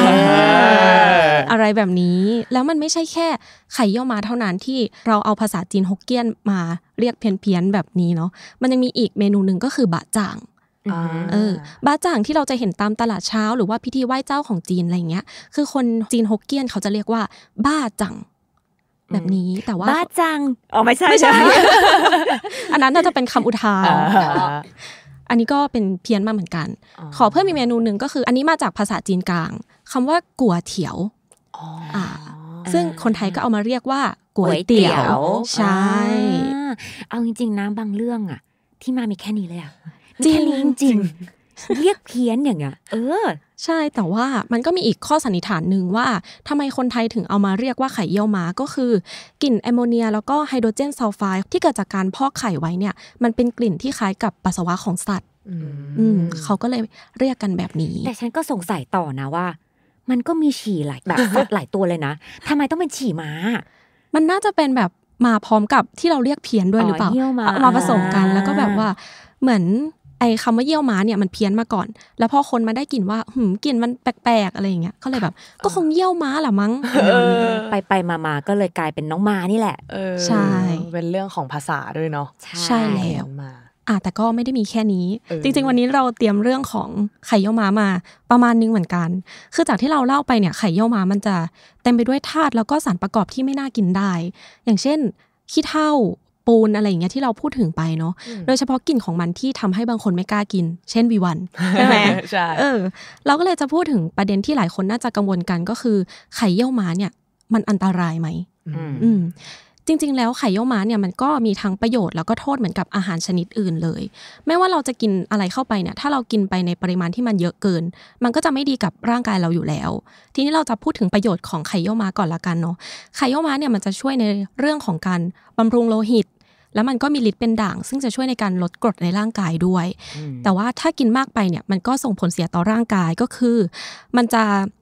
อะไรแบบนี้แล้วมันไม่ใช่แค่ไข่เยี่ยวม้าเท่านั้นที่เราเอาภาษาจีนฮกเกี้ยนมาเรียกเพี้ยนแบบนี้เนาะมันยังมีอีกเมนูนึงก็คือบะจ่างบะจ่างที่เราจะเห็นตามตลาดเช้าหรือว่าพิธีไหว้เจ้าของจีนอะไรเงี้ยคือคนจีนฮกเกี้ยนเขาจะเรียกว่าบ้าจังแบบนี้แต่ว่าบ้าจังไม่ใช่อันนั้นน่าจะเป็นคำอุทานอันนี้ก็เป็นเพี้ยนมาเหมือนกันขอเพิ่มอีกเมนูนึงก็คืออันนี้มาจากภาษาจีนกลางคำว่ากัวเถียวซึ่งคนไทยก็เอามาเรียกว่าก๋วยเตี๋ยวใช่เอาจริงๆนะบางเรื่องอ่ะที่มามีแค่นี้เลยอ่ะจริงเรียกเพี้ยนอย่างเงี้ยใช่แต่ว่ามันก็มีอีกข้อสันนิษฐานนึงว่าทำไมคนไทยถึงเอามาเรียกว่าไข่เยี่ยวม้าก็คือกลิ่นแอมโมเนียแล้วก็ไฮโดรเจนซัลไฟด์ที่เกิดจากการพอกไข่ไว้เนี่ยมันเป็นกลิ่นที่คล้ายกับปัสสาวะของสัตว์เขาก็เลยเรียกกันแบบนี้แต่ฉันก็สงสัยต่อนะว่ามันก็มีฉี่หลายแบบสัตว์หลายตัวเลยนะทำไมต้องเป็นฉี่ม้ามันน่าจะเป็นแบบมาพร้อมกับที่เราเรียกเพี้ยนด้วยหรือเปล่าเอามาผสมกันแล้วก็แบบว่าเหมือนไอ้คำว่าเยี่ยวม้าเนี่ยมันเพี้ยนมาก่อนแล้วพอคนมาได้กลิ่นว่ากลิ่นมันแปลกๆอะไรอย่างเงี้ยก็เลยแบบก็คงเยี่ยวม้าแหละมั้งไปมาก็เลยกลายเป็นน้องม้านี่แหละใช่เป็นเรื่องของภาษาด้วยเนาะใช่แล้วแต่ก็ไม่ได้มีแค่นี้จริงๆวันนี้เราเตรียมเรื่องของไข่เยี่ยวม้ามาประมาณนึงเหมือนกันคือจากที่เราเล่าไปเนี่ยไข่เยี่ยวม้ามันจะเต็มไปด้วยธาตุแล้วก็สารประกอบที่ไม่น่ากินได้อย่างเช่นขี้เถ้าปูนอะไรอย่างเงี้ยที่เราพูดถึงไปเนาะโดยเฉพาะกลิ่นของมันที่ทำให้บางคนไม่กล้ากินเช่นวีวันใช่ไหมใช่เราก็เลยจะพูดถึงประเด็นที่หลายคนน่าจะกังวลกันก็คือไข่เยี่ยวม้าเนี่ยมันอันตรายไหมจริงๆแล้วไข่เยี่ยวม้าเนี่ยมันก็มีทั้งประโยชน์แล้วก็โทษเหมือนกับอาหารชนิดอื่นเลยไม่ว่าเราจะกินอะไรเข้าไปเนี่ยถ้าเรากินไปในปริมาณที่มันเยอะเกินมันก็จะไม่ดีกับร่างกายเราอยู่แล้วทีนี้เราจะพูดถึงประโยชน์ของไข่เยี่ยวม้าก่อนละกันเนาะไข่เยี่ยวม้าเนี่ยมันจะช่วยในเรื่องของการบำรุงโลหิตแล้วมันก็มีฤทธิ์เป็นด่างซึ่งจะช่วยในการลดกรดในร่างกายด้วยแต่ว่าถ้ากินมากไปเนี่ยมันก็ส่งผลเสียต่อร่างกายก็คือมันจะ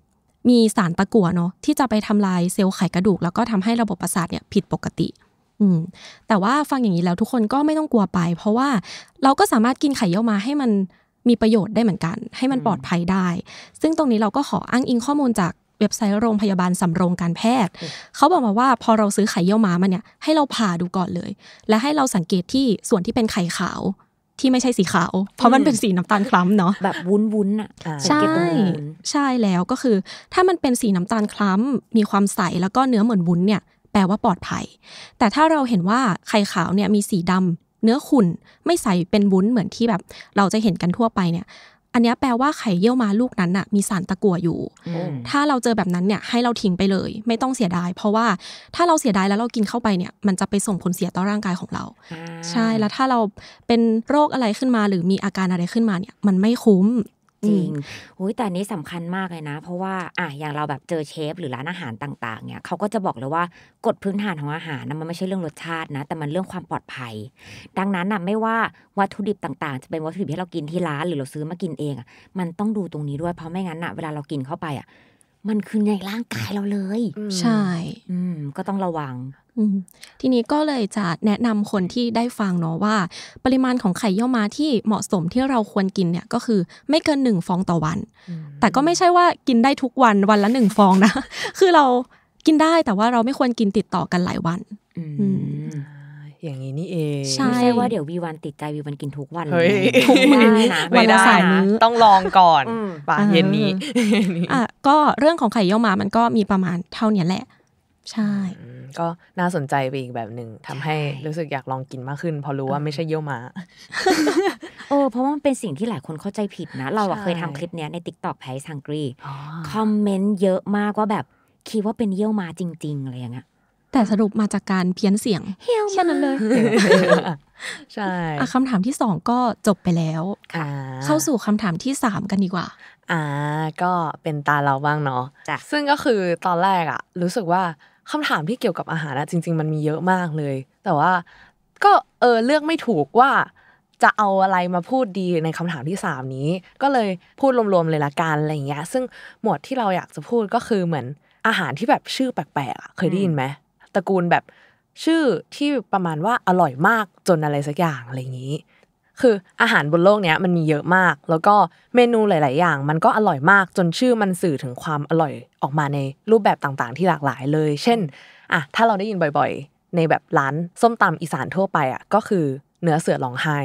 มีสารตะกั่วเนาะที่จะไปทำลายเซลล์ไขกระดูกแล้วก็ทำให้ระบบประสาทเนี่ยผิดปกติแต่ว่าฟังอย่างนี้แล้วทุกคนก็ไม่ต้องกลัวไปเพราะว่าเราก็สามารถกินไข่เยี่ยวม้าให้มันมีประโยชน์ได้เหมือนกันให้มันปลอดภัยได้ซึ่งตรงนี้เราก็ขออ้างอิงข้อมูลจากเว็บไซต์โรงพยาบาลสำโรงการแพทย์เขาบอกมาว่าพอเราซื้อไข่เยี่ยวม้ามาเนี่ยให้เราผ่าดูก่อนเลยและให้เราสังเกตที่ส่วนที่เป็นไข่ขาวที่ไม่ใช่สีขาวเพราะมันเป็นสีน้ำตาลคล้ำเนาะแบบวุ้นๆอ่ะใช่แล้วก็คือถ้ามันเป็นสีน้ำตาลคล้ำมีความใสแล้วก็เนื้อเหมือนวุ้นเนี่ยแปลว่าปลอดภัยแต่ถ้าเราเห็นว่าไข่ขาวเนี่ยมีสีดำเนื้อขุ่นไม่ใสเป็นวุ้นเหมือนที่แบบเราจะเห็นกันทั่วไปเนี่ยอันนี้แปลว่าไข่เยี่ยวม้าลูกนั้นน่ะมีสารตะกั่วอยู่ถ้าเราเจอแบบนั้นเนี่ยให้เราทิ้งไปเลยไม่ต้องเสียดายเพราะว่าถ้าเราเสียดายแล้วเรากินเข้าไปเนี่ยมันจะไปส่งผลเสียต่อร่างกายของเราใช่แล้วถ้าเราเป็นโรคอะไรขึ้นมาหรือมีอาการอะไรขึ้นมาเนี่ยมันไม่คุ้มจริงแต่อันนี้สำคัญมากเลยนะเพราะว่าอย่างเราแบบเจอเชฟหรือร้านอาหารต่างๆเนี่ยเขาก็จะบอกเลยว่ากฎพื้นฐานของอาหารนะมันไม่ใช่เรื่องรสชาตินะแต่มันเรื่องความปลอดภัยดังนั้นไม่ว่าวัตถุดิบต่างๆจะเป็นวัตถุดิบที่เรากินที่ร้านหรือเราซื้อมากินเองมันต้องดูตรงนี้ด้วยเพราะไม่งั้นเวลาเรากินเข้าไปมันคือในร่างกายเราเลยใช่ก็ต้องระวังทีนี้ก็เลยจะแนะนำคนที่ได้ฟังเนาะว่าปริมาณของไข่เยี่ยวม้าที่เหมาะสมที่เราควรกินเนี่ยก็คือไม่เกิน1ฟองต่อวันแต่ก็ไม่ใช่ว่ากินได้ทุกวันวันละ1ฟองนะคือเรากินได้แต่ว่าเราไม่ควรกินติดต่อกันหลายวันอย่างนี้นี่เองไม่ใช่ว่าเดี๋ยววีวันติดใจวีวันกินทุกวันเลยทุกวันนะวันละ3 มื้อต้องลองก่อนป่ะเย็นนี้ก็เรื่องของไข่เยี่ยวม้ามันก็มีประมาณเท่านี้แหละใช่ก็น่าสนใจไปอีกแบบนึงทำให้รู้สึกอยากลองกินมากขึ้นพอรู้ว่าไม่ใช่เยี่ยวม้าเพราะว่ามันเป็นสิ่งที่หลายคนเข้าใจผิดนะเราเคยทำคลิปนี้ใน TikTok แพทฮังกี้คอมเมนต์เยอะมากว่าแบบคิดว่าเป็นเยี่ยวม้าจริงๆอะไรอย่างเงี้ยแต่สรุปมาจากการเพี้ยนเสียงแค่นั้นเลยใช่คำถามที่2ก็จบไปแล้วเข้าสู่คำถามที่3กันดีกว่าก็เป็นตาเราบ้างเนาะซึ่งก็คือตอนแรกรู้สึกว่าคำถามที่เกี่ยวกับอาหารจริงๆมันมีเยอะมากเลยแต่ว่าก็เลือกไม่ถูกว่าจะเอาอะไรมาพูดดีในคำถามที่3นี้ก็เลยพูดรวมๆเลยละกันอะไรอย่างเงี้ยซึ่งหมวดที่เราอยากจะพูดก็คือเหมือนอาหารที่แบบชื่อแปลกๆเคยได้ยินไหมตระกูลแบบชื่อที่ประมาณว่าอร่อยมากจนอะไรสักอย่างอะไรอย่างนี้คืออาหารบนโลกเนี้ยมันมีเยอะมากแล้วก็เมนูหลายๆอย่างมันก็อร่อยมากจนชื่อมันสื่อถึงความอร่อยออกมาในรูปแบบต่างๆที่หลากหลายเลยเช่นถ้าเราได้ยินบ่อยๆในแบบร้านส้มตำอีสานทั่วไปก็คือเนื้อเสือร้องไห้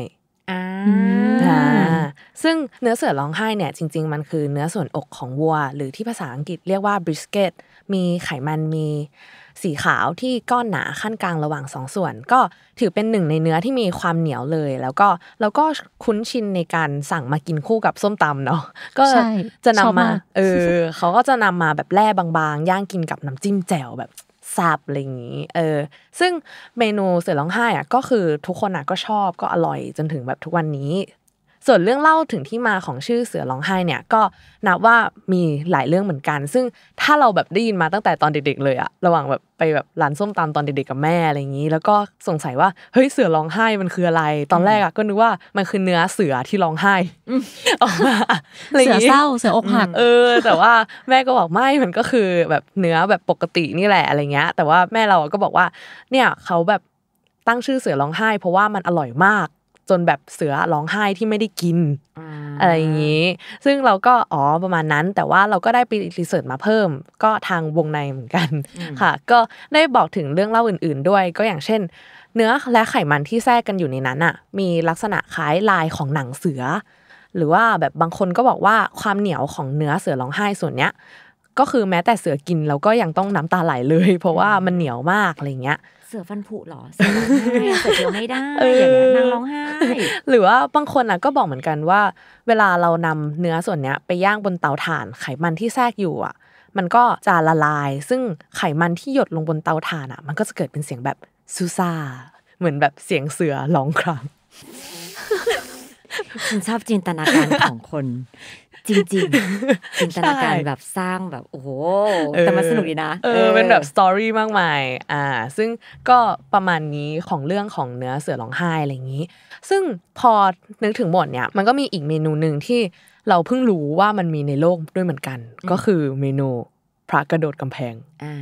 ซึ่งเนื้อเสือร้องไห้เนี่ยจริงๆมันคือเนื้อส่วนอกของวัวหรือที่ภาษาอังกฤษเรียกว่า brisket มีไขมันมีสีขาวที่ก้อนหนาขั้นกลางระหว่าง2ส่วนก็ถือเป็นหนึ่งในเนื้อที่มีความเหนียวเลยแล้วก็คุ้นชินในการสั่งมากินคู่กับส้มตำเนาะก็จะนำมาเขาก็จะนำมาแบบแล่บางๆย่างกินกับน้ำจิ้มแจ่วแบบแซ่บอะไรอย่างนี้ซึ่งเมนูเสือร้องไห้ก็คือทุกคนก็ชอบก็อร่อยจนถึงแบบทุกวันนี้ส่วนเรื่องเล่าถึงที่มาของชื่อเสือร้องไห้เนี่ยก็นับว่ามีหลายเรื่องเหมือนกันซึ่งถ้าเราแบบได้ยินมาตั้งแต่ตอนเด็กๆเลยระหว่างแบบไปแบบร้านส้มตำตอนเด็กๆกับแม่อะไรอย่างนี้แล้วก็สงสัยว่าเฮ้ยเสือร้องไห้มันคืออะไรตอนแรกก็นึกว่ามันคือเนื้อเสือที่ร้องไห้ออกมาเสือเศร้าเสืออกหักแต่ว่าแม่ก็บอกไม่มันก็คือแบบเนื้อแบบปกตินี่แหละอะไรเงี้ยแต่ว่าแม่เราก็บอกว่าเนี่ยเขาแบบตั้งชื่อเสือร้องไห้เพราะว่ามันอร่อยมากจนแบบเสือร้องไห้ที่ไม่ได้กินอะไรอย่างนี้ซึ่งเราก็ประมาณนั้นแต่ว่าเราก็ได้ไปรีเสิร์ชมาเพิ่มก็ทางวงในเหมือนกันค่ะก็ได้บอกถึงเรื่องเล่าอื่นๆด้วยก็อย่างเช่นเนื้อและไขมันที่แทรกกันอยู่ในนั้นมีลักษณะคล้ายลายของหนังเสือหรือว่าแบบบางคนก็บอกว่าความเหนียวของเนื้อเสือร้องไห้ส่วนเนี้ยก็คือแม้แต่เสือกินเราก็ยังต้องน้ำตาไหลเลยเพราะว่ามันเหนียวมากอะไรเงี้ยเสือฟันผุหรอเสือร้องไห้เสือเดียวไม่ได้อย่างเงี้ยนางร้องไห้หรือว่าบางคนก็บอกเหมือนกันว่าเวลาเรานำเนื้อส่วนเนี้ยไปย่างบนเตาถ่านไขมันที่แทรกอยู่มันก็จะละลายซึ่งไขมันที่หยดลงบนเตาถ่านมันก็จะเกิดเป็นเสียงแบบซูซ่าเหมือนแบบเสียงเสือร้องครางฉันชอบจินตนาการของคนจริงๆจินตนาการแบบสร้างแบบโอ้โหแต่มันสนุกดีนะเป็นแบบสตอรี่มากมายซึ่งก็ประมาณนี้ของเรื่องของเนื้อเสือร้องไห้อะไรอย่างนี้ซึ่งพอนึกถึงหมดเนี่ยมันก็มีอีกเมนูนึงที่เราเพิ่งรู้ว่ามันมีในโลกด้วยเหมือนกันก็คือเมนูพระกระโดดกำแพง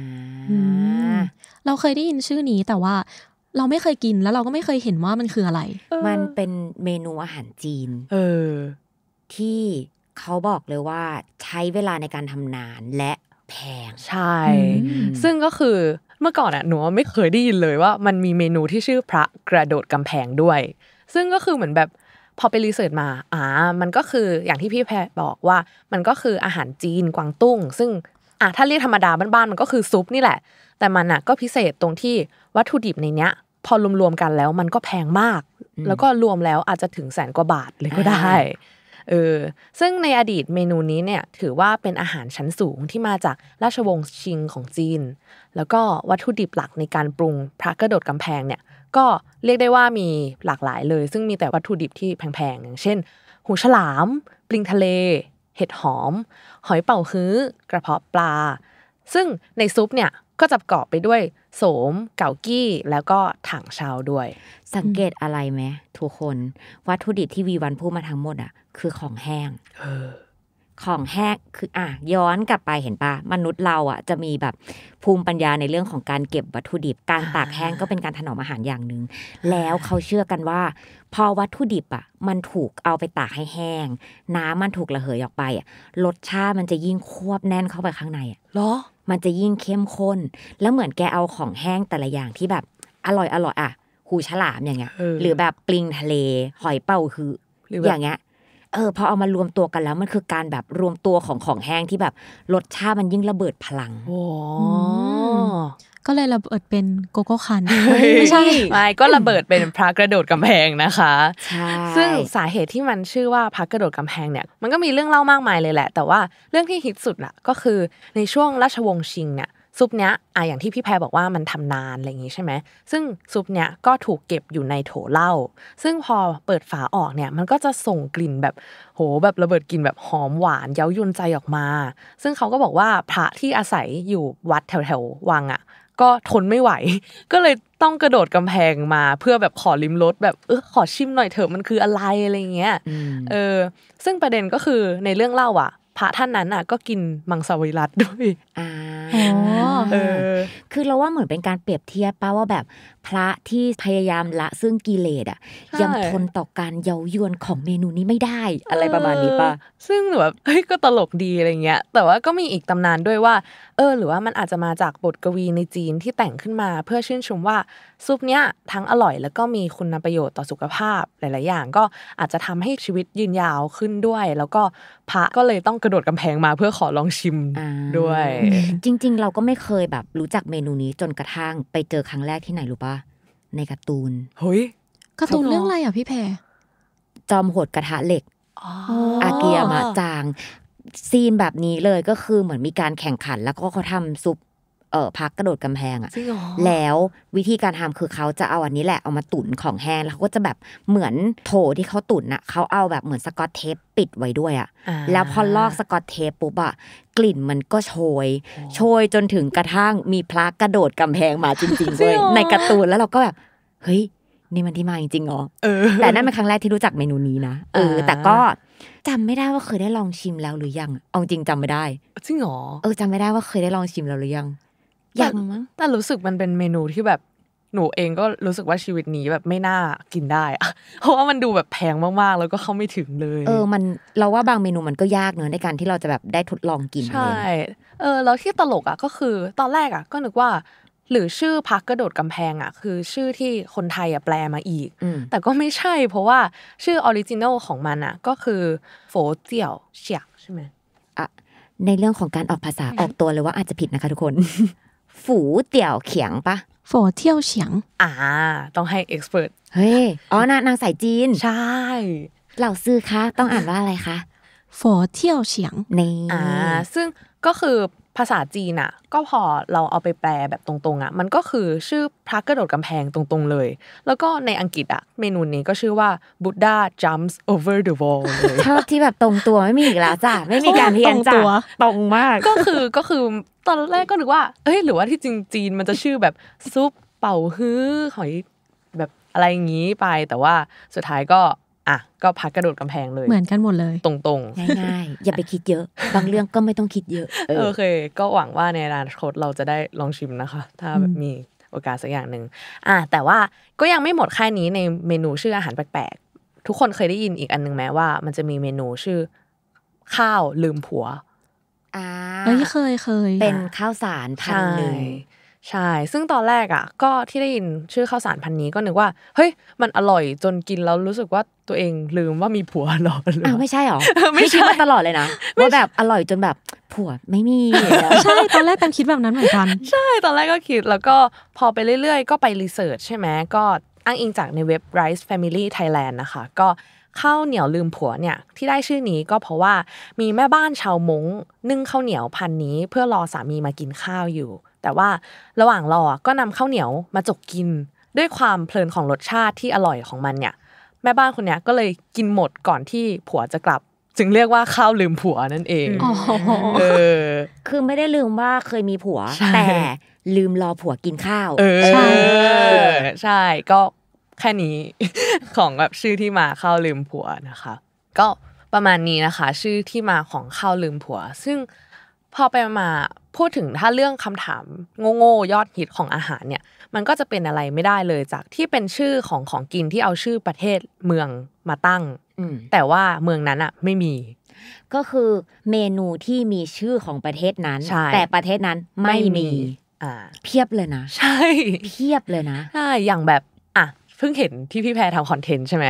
เราเคยได้ยินชื่อนี้แต่ว่าเราไม่เคยกินแล้วเราก็ไม่เคยเห็นว่ามันคืออะไรมันเป็นเมนูอาหารจีนที่เขาบอกเลยว่าใช้เวลาในการทำนานและแพงใช่ซึ่งก็คือเมื่อก่อนหนูไม่เคยได้ยินเลยว่ามันมีเมนูที่ชื่อพระกระโดดกำแพงด้วยซึ่งก็คือเหมือนแบบพอไปรีเสิร์ชมามันก็คืออย่างที่พี่แพรบอกว่ามันก็คืออาหารจีนกวางตุ้งซึ่งถ้าเรียกธรรมดาบ้านๆมันก็คือซุปนี่แหละแต่มันก็พิเศษตรงที่วัตถุดิบในเนี้ยพอรวมๆกันแล้วมันก็แพงมากแล้วก็รวมแล้วอาจจะถึง100,000 กว่าบาทเลยก็ได้ซึ่งในอดีตเมนูนี้เนี่ยถือว่าเป็นอาหารชั้นสูงที่มาจากราชวงศ์ชิงของจีนแล้วก็วัตถุดิบหลักในการปรุงพระกระโดดกำแพงเนี่ยก็เรียกได้ว่ามีหลากหลายเลยซึ่งมีแต่วัตถุดิบที่แพงๆอย่างเช่นหูฉลามปลิงทะเลเห็ดหอมหอยเป๋าฮื้อกระเพาะปลาซึ่งในซุปเนี่ยก็จะประกอบไปด้วยโสมเก๋ากี้แล้วก็ถังเชาด้วยสังเกตอะไรไหมทุกคนวัตถุดิบที่วีวันพูดมาทั้งหมดคือของแห้งของแห้งคือย้อนกลับไปเห็นป่ะมนุษย์เราจะมีแบบภูมิปัญญาในเรื่องของการเก็บวัตถุดิบการตากแห้งก็เป็นการถนอมอาหารอย่างนึงแล้วเขาเชื่อกันว่าพอวัตถุดิบมันถูกเอาไปตากให้แห้งน้ำมันถูกระเหยออกไปรสชาติมันจะยิ่งควบแน่นเข้าไปข้างในเหรอมันจะยิ่งเข้มข้นแล้วเหมือนแกเอาของแห้งแต่ละอย่างที่แบบอร่อยหูฉลามอย่างเงี้ยหรือแบบปลิงทะเลหอยเป๋าฮื้ออย่างเงี้ยพอเอามารวมตัวกันแล้วมันคือการแบบรวมตัวของแห้งที่แบบรสชาติมันยิ่งระเบิดพลังก็เลยระเบิดเป็นโกโก้คันไม่ใช่ก็ระเบิดเป็นพระกระโดดกำแพงนะคะซึ่งสาเหตุที่มันชื่อว่าพระกระโดดกำแพงเนี่ยมันก็มีเรื่องเล่ามากมายเลยแหละแต่ว่าเรื่องที่ฮิตสุดก็คือในช่วงราชวงศ์ชิงเนี่ยซุปเนี้ยอย่างที่พี่แพรบอกว่ามันทำนานอะไรอย่างงี้ใช่ไหมซึ่งซุปเนี้ยก็ถูกเก็บอยู่ในโถเหล้าซึ่งพอเปิดฝาออกเนี่ยมันก็จะส่งกลิ่นแบบโหแบบระเบิดกลิ่นแบบหอมหวานเย้ายวนใจออกมาซึ่งเขาก็บอกว่าพระที่อาศัยอยู่วัดแถวๆวังก็ทนไม่ไหวก็เลยต้องกระโดดกำแพงมาเพื่อแบบขอลิ้มรสแบบขอชิมหน่อยเถอะมันคืออะไรอะไรเงี้ยซึ่งประเด็นก็คือในเรื่องเล่าพระท่านนั้นก็กินมังสวิรัติด้วยคือเราว่าเหมือนเป็นการเปรียบเทียบป่ะว่าแบบพระที่พยายามละซึ่งกิเลสยังทนต่อการเย้ายวนของเมนูนี้ไม่ได้อะไรประมาณนี้ป่ะซึ่งแบบก็ตลกดีอะไรเงี้ยแต่ว่าก็มีอีกตำนานด้วยว่าหรือว่ามันอาจจะมาจากบทกวีในจีนที่แต่งขึ้นมาเพื่อชื่นชมว่าซุปเนี้ยทั้งอร่อยแล้วก็มีคุณประโยชน์ต่อสุขภาพหลายๆอย่างก็อาจจะทำให้ชีวิตยืนยาวขึ้นด้วยแล้วก็พระก็เลยต้องกระโดดกำแพงมาเพื่อขอลองชิมด้วยจริงๆเราก็ไม่เคยแบบรู้จักเมนูนี้จนกระทั่งไปเจอครั้งแรกที่ไหนรู้ป่ะในการ์ตูนเฮ้ยการ์ตูนเรื่องอะไรพี่แพรจอมโหดกระทะเหล็กอากิยามะจางซีนแบบนี้เลยก็คือเหมือนมีการแข่งขันแล้วก็เขาทำซุปพักกระโดดกำแพงแล้ววิธีการทำคือเขาจะเอาอันนี้แหละเอามาตุ๋นของแห้งแล้วเขาก็จะแบบเหมือนโถที่เขาตุ๋นเขาเอาแบบเหมือนสกอตเทปปิดไว้ด้วยแล้วพอลอกสกอตเทปปุ๊บกลิ่นมันก็โชยจนถึงกระทั่งมีพระกระโดดกำแพงมาจริงๆด้วยในการ์ตูนแล้วเราก็แบบเฮ้ยนี่มันที่มาจริงๆเหรอแต่นั่นเป็นครั้งแรกที่รู้จักเมนูนี้นะแต่ก็จำไม่ได้ว่าเคยได้ลองชิมแล้วหรือยังเอาจริงจำไม่ได้จริงเหรอจำไม่ได้ว่าเคยได้ลองชิมแล้วหรือยังยังมั้งแต่รู้สึกมันเป็นเมนูที่แบบหนูเองก็รู้สึกว่าชีวิตนี้แบบไม่น่ากินได้เพราะว่ามันดูแบบแพงมากๆแล้วก็เข้าไม่ถึงเลยมันเราว่าบางเมนูมันก็ยากเนอะในการที่เราจะแบบได้ทดลองกินใช่แล้วที่ตลกก็คือตอนแรกก็นึกว่าหรือชื่อพักกระโดดกำแพงคือชื่อที่คนไทยแปลมาอีกแต่ก็ไม่ใช่เพราะว่าชื่อออริจินัลของมันก็คือโฟเจียวเฉียกใช่ไหมในเรื่องของการออกภาษาออกตัวเลยว่าอาจจะผิดนะคะทุกคนฝูเตี่ยวเขียงปะฝอเที่ยวเฉียงต้องให้เอ็กซ์เพิร์ทเฮ้ยนางสายจีนใช่เหล่าซื้อคะต้องอ่านว่าอะไรคะฝอเที่ยวเฉียงนี่ซึ่งก็คือภาษาจีนก็พอเราเอาไปแปลแบบตรงๆมันก็คือชื่อพระกระโดดกำแพงตรงๆเลยแล้วก็ในอังกฤษเมนูนี้ก็ชื่อว่า Buddha jumps over the wall เลยชอบที่แบบตรงตัวไม่มีอีกแล้วจ้ะไม่มีการเพี้ยนจ้ะตรงมากก็คือตอนแรกก็นึกว่าหรือว่าที่จริงจีนมันจะชื่อแบบซุปเป่าฮื้อหอยแบบอะไรอย่างงี้ไปแต่ว่าสุดท้ายก็อ่ะก็พัดกระโดดกำแพงเลยเหมือนกันหมดเลยตรงๆง่ายๆอย่าไปคิดเยอะบางเรื่องก็ไม่ต้องคิดเยอะโอเคก็หวังว่าในอนาคตเราจะได้ลองชิมนะคะถ้าแบบมีโอกาสสักอย่างนึงแต่ว่าก็ยังไม่หมดแค่นี้ในเมนูชื่ออาหารแปลกๆทุกคนเคยได้ยินอีกอันนึงมั้ยว่ามันจะมีเมนูชื่อข้าวลืมผัวเคยเป็นข้าวสารพันนึงใช่ซึ่งตอนแรกอ่ะก็ที่ได้ยินชื่อข้าวสารพันนี้ก็นึกว่าเฮ้ยมันอร่อยจนกินแล้วรู้สึกว่าตัวเองลืมว่ามีผัวหรอไม่ใช่หรอไม่คิดมาตลอดเลยนะว่าแบบอร่อยจนแบบผัวไม่มีใช่ตอนแรกคิดแบบนั้นเหมือนกันใช่ตอนแรกก็คิดแล้วก็พอไปเรื่อยๆก็ไปรีเสิร์ชใช่ไหมก็อ้างอิงจากในเว็บ Rice Family Thailand นะคะก็ข้าวเหนียวลืมผัวเนี่ยที่ได้ชื่อนี้ก็เพราะว่ามีแม่บ้านชาวม้งนึ่งข้าวเหนียวพันนี้เพื่อรอสามีมากินข้าวอยู่แต่ว่าระหว่างรอก็นำข้าวเหนียวมาจกกินด้วยความเพลินของรสชาติที่อร่อยของมันเนี่ยแม่บ้านคนนี้ก็เลยกินหมดก่อนที่ผัวจะกลับจึงเรียกว่าข้าวลืมผัวนั่นเองคือไม่ได้ลืมว่าเคยมีผัวแต่ลืมรอผัวกินข้าวใช่ก็แค่นี้ของแบบชื่อที่มาข้าวลืมผัวนะคะก็ประมาณนี้นะคะชื่อที่มาของข้าวลืมผัวซึ่งพอไปมาพูดถึงถ้าเรื่องคำถามโง่ๆยอดฮิตของอาหารเนี่ยมันก็จะเป็นอะไรไม่ได้เลยจากที่เป็นชื่อของกินที่เอาชื่อประเทศเมืองมาตั้งแต่ว่าเมืองนั้นอ่ะไม่มีก็คือเมนูที่มีชื่อของประเทศนั้นแต่ประเทศนั้นไม่มีเพียบเลยนะใช่เพียบเลยนะใช่อย่างแบบเพิ่งเห็นที่พี่แพรทำคอนเทนต์ใช่ไหม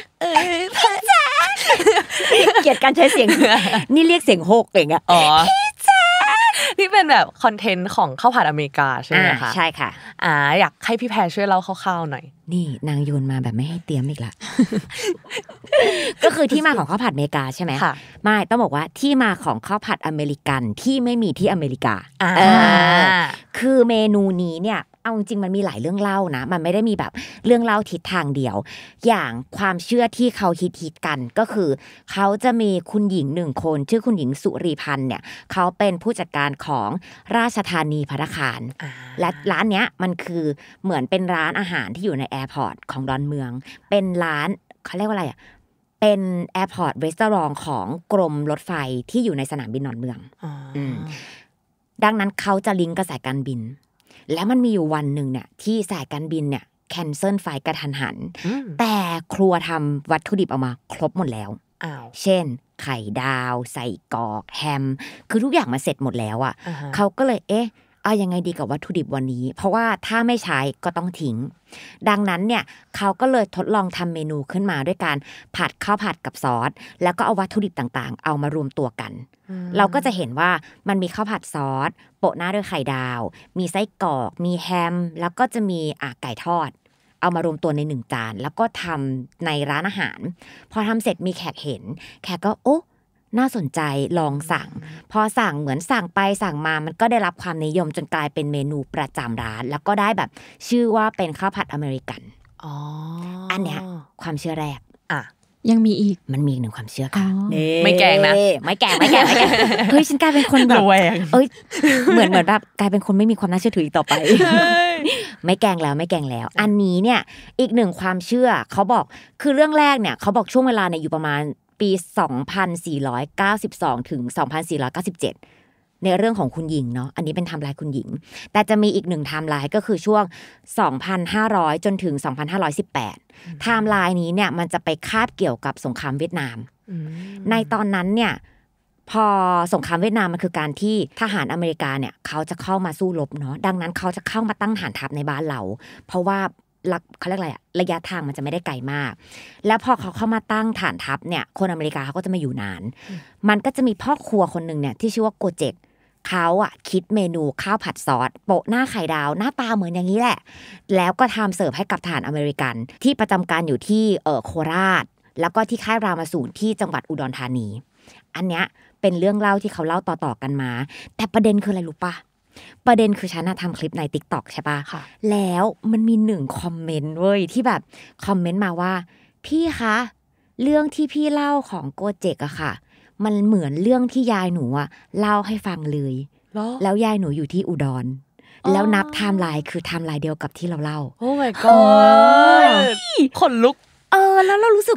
เกลียดการใช้เสียงนี่เรียกเสียงโฮกเองอะที่เป็นแบบคอนเทนต์ของข้าวผัดอเมริกาใช่ไหมคะใช่ค่ะอยากให้พี่แพรช่วยเล่าคร่าวๆหน่อยนี่นางโยนมาแบบไม่ให้เตรียมอีกละ ก็คือที่มาของข้าวผัดอเมริกาใช่ไหมไม่ต้องบอกว่าที่มาของข้าวผัดอเมริกันที่ไม่มีที่อเมริกาคือเมนูนี้เนี่ยเอาจริงมันมีหลายเรื่องเล่านะมันไม่ได้มีแบบเรื่องเล่าทิศทางเดียวอย่างความเชื่อที่เขาฮิตกันก็คือเขาจะมีคุณหญิง1คนชื่อคุณหญิงสุรีพันธ์เนี่ยเขาเป็นผู้จัดการของราชธานีภัตตาคารและร้านเนี้ยมันคือเหมือนเป็นร้านอาหารที่อยู่ในแอร์พอร์ตของดอนเมืองเป็นร้านเขาเรียกว่าอะไรเป็นแอร์พอร์ตรีสอร์ทของกรมรถไฟที่อยู่ในสนามบินดอนเมืองดังนั้นเขาจะลิงก์กับสายการบินแล้วมันมีอยู่วันนึงเนี่ยที่สายการบินเนี่ยแคนเซิลไฟล์กระทันหันแต่ครัวทำวัตถุดิบออกมาครบหมดแล้วเช่นไข่ดาวใส่กรอกแฮมคือทุกอย่างมาเสร็จหมดแล้วอ่ะเขาก็เลยเอายังไงดีกับวัตถุดิบวันนี้เพราะว่าถ้าไม่ใช้ก็ต้องทิ้งดังนั้นเนี่ยเขาก็เลยทดลองทำเมนูขึ้นมาด้วยการผัดข้าวผัดกับซอสแล้วก็เอาวัตถุดิบต่างๆเอามารวมตัวกันเราก็จะเห็นว่ามันมีข้าวผัดซอสโปะหน้าด้วยไข่ดาวมีไส้กรอกมีแฮมแล้วก็จะมีไก่ทอดเอามารวมตัวใน1จานแล้วก็ทำในร้านอาหารพอทำเสร็จมีแขกเห็นแขกก็น่าสนใจลองสั่งพอสั่งเหมือนสั่งไปสั่งมามันก็ได้รับความนิยมจนกลายเป็นเมนูประจำร้านแล้วก็ได้แบบชื่อว่าเป็นข้าวผัดอเมริกันอันเนี้ยความเชื่อแรกยังมีอีกมันมีอีก1ความเชื่อค่ะไม่แกงนะไม่แกงเฮ้ยฉันกลายเป็นคนแบบเหมือนแบบกลายเป็นคนไม่มีความน่าเชื่อถืออีกต่อไปไม่แกงแล้วอันนี้เนี่ยอีก1ความเชื่อเขาบอกคือเรื่องแรกเนี่ยเขาบอกช่วงเวลาเนี่ยอยู่ประมาณปี2492ถึง2497ในเรื่องของคุณหญิงเนาะอันนี้เป็นไทม์ไลน์คุณหญิงแต่จะมีอีก1ไทม์ไลน์ก็คือช่วง2500จนถึง2518ไทม์ไลน์นี้เนี่ยมันจะไปคาบเกี่ยวกับสงครามเวียดนามในตอนนั้นเนี่ยพอสงครามเวียดนามมันคือการที่ทหารอเมริกาเนี่ยเขาจะเข้ามาสู้รบเนาะดังนั้นเขาจะเข้ามาตั้งฐานทัพในบ้านเราเพราะว่าเขาเรียกอะไรระยะทางมันจะไม่ได้ไกลมากแล้วพอเขาเข้ามาตั้งฐานทัพเนี่ยคนอเมริกาเขาก็จะมาอยู่นานมันก็จะมีพ่อครัวคนนึงเนี่ยที่ชื่อว่าโกเจกเขาคิดเมนูข้าวผัดซอสโปะหน้าไข่ดาวหน้าตาเหมือนอย่างนี้แหละแล้วก็ทำเสิร์ฟให้กับทหารอเมริกันที่ประจำการอยู่ที่โคราชแล้วก็ที่ค่ายรามาสูรที่จังหวัดอุดรธานีอันเนี้ยเป็นเรื่องเล่าที่เขาเล่าต่อๆกันมาแต่ประเด็นคืออะไรรู้ปะประเด็นคือฉันทำคลิปใน TikTok ใช่ปะแล้วมันมี1คอมเมนต์เว้ยที่แบบคอมเมนต์มาว่าพี่คะเรื่องที่พี่เล่าของโกเจกอะค่ะมันเหมือนเรื่องที่ยายหนูเล่าให้ฟังเลยแล้วยายหนูอยู่ที่อุดรแล้วนับไทม์ไลน์คือไทม์ไลน์เดียวกับที่เราเล่าโอ้ my god ขนลุกแล้วเรารู้สึกว่า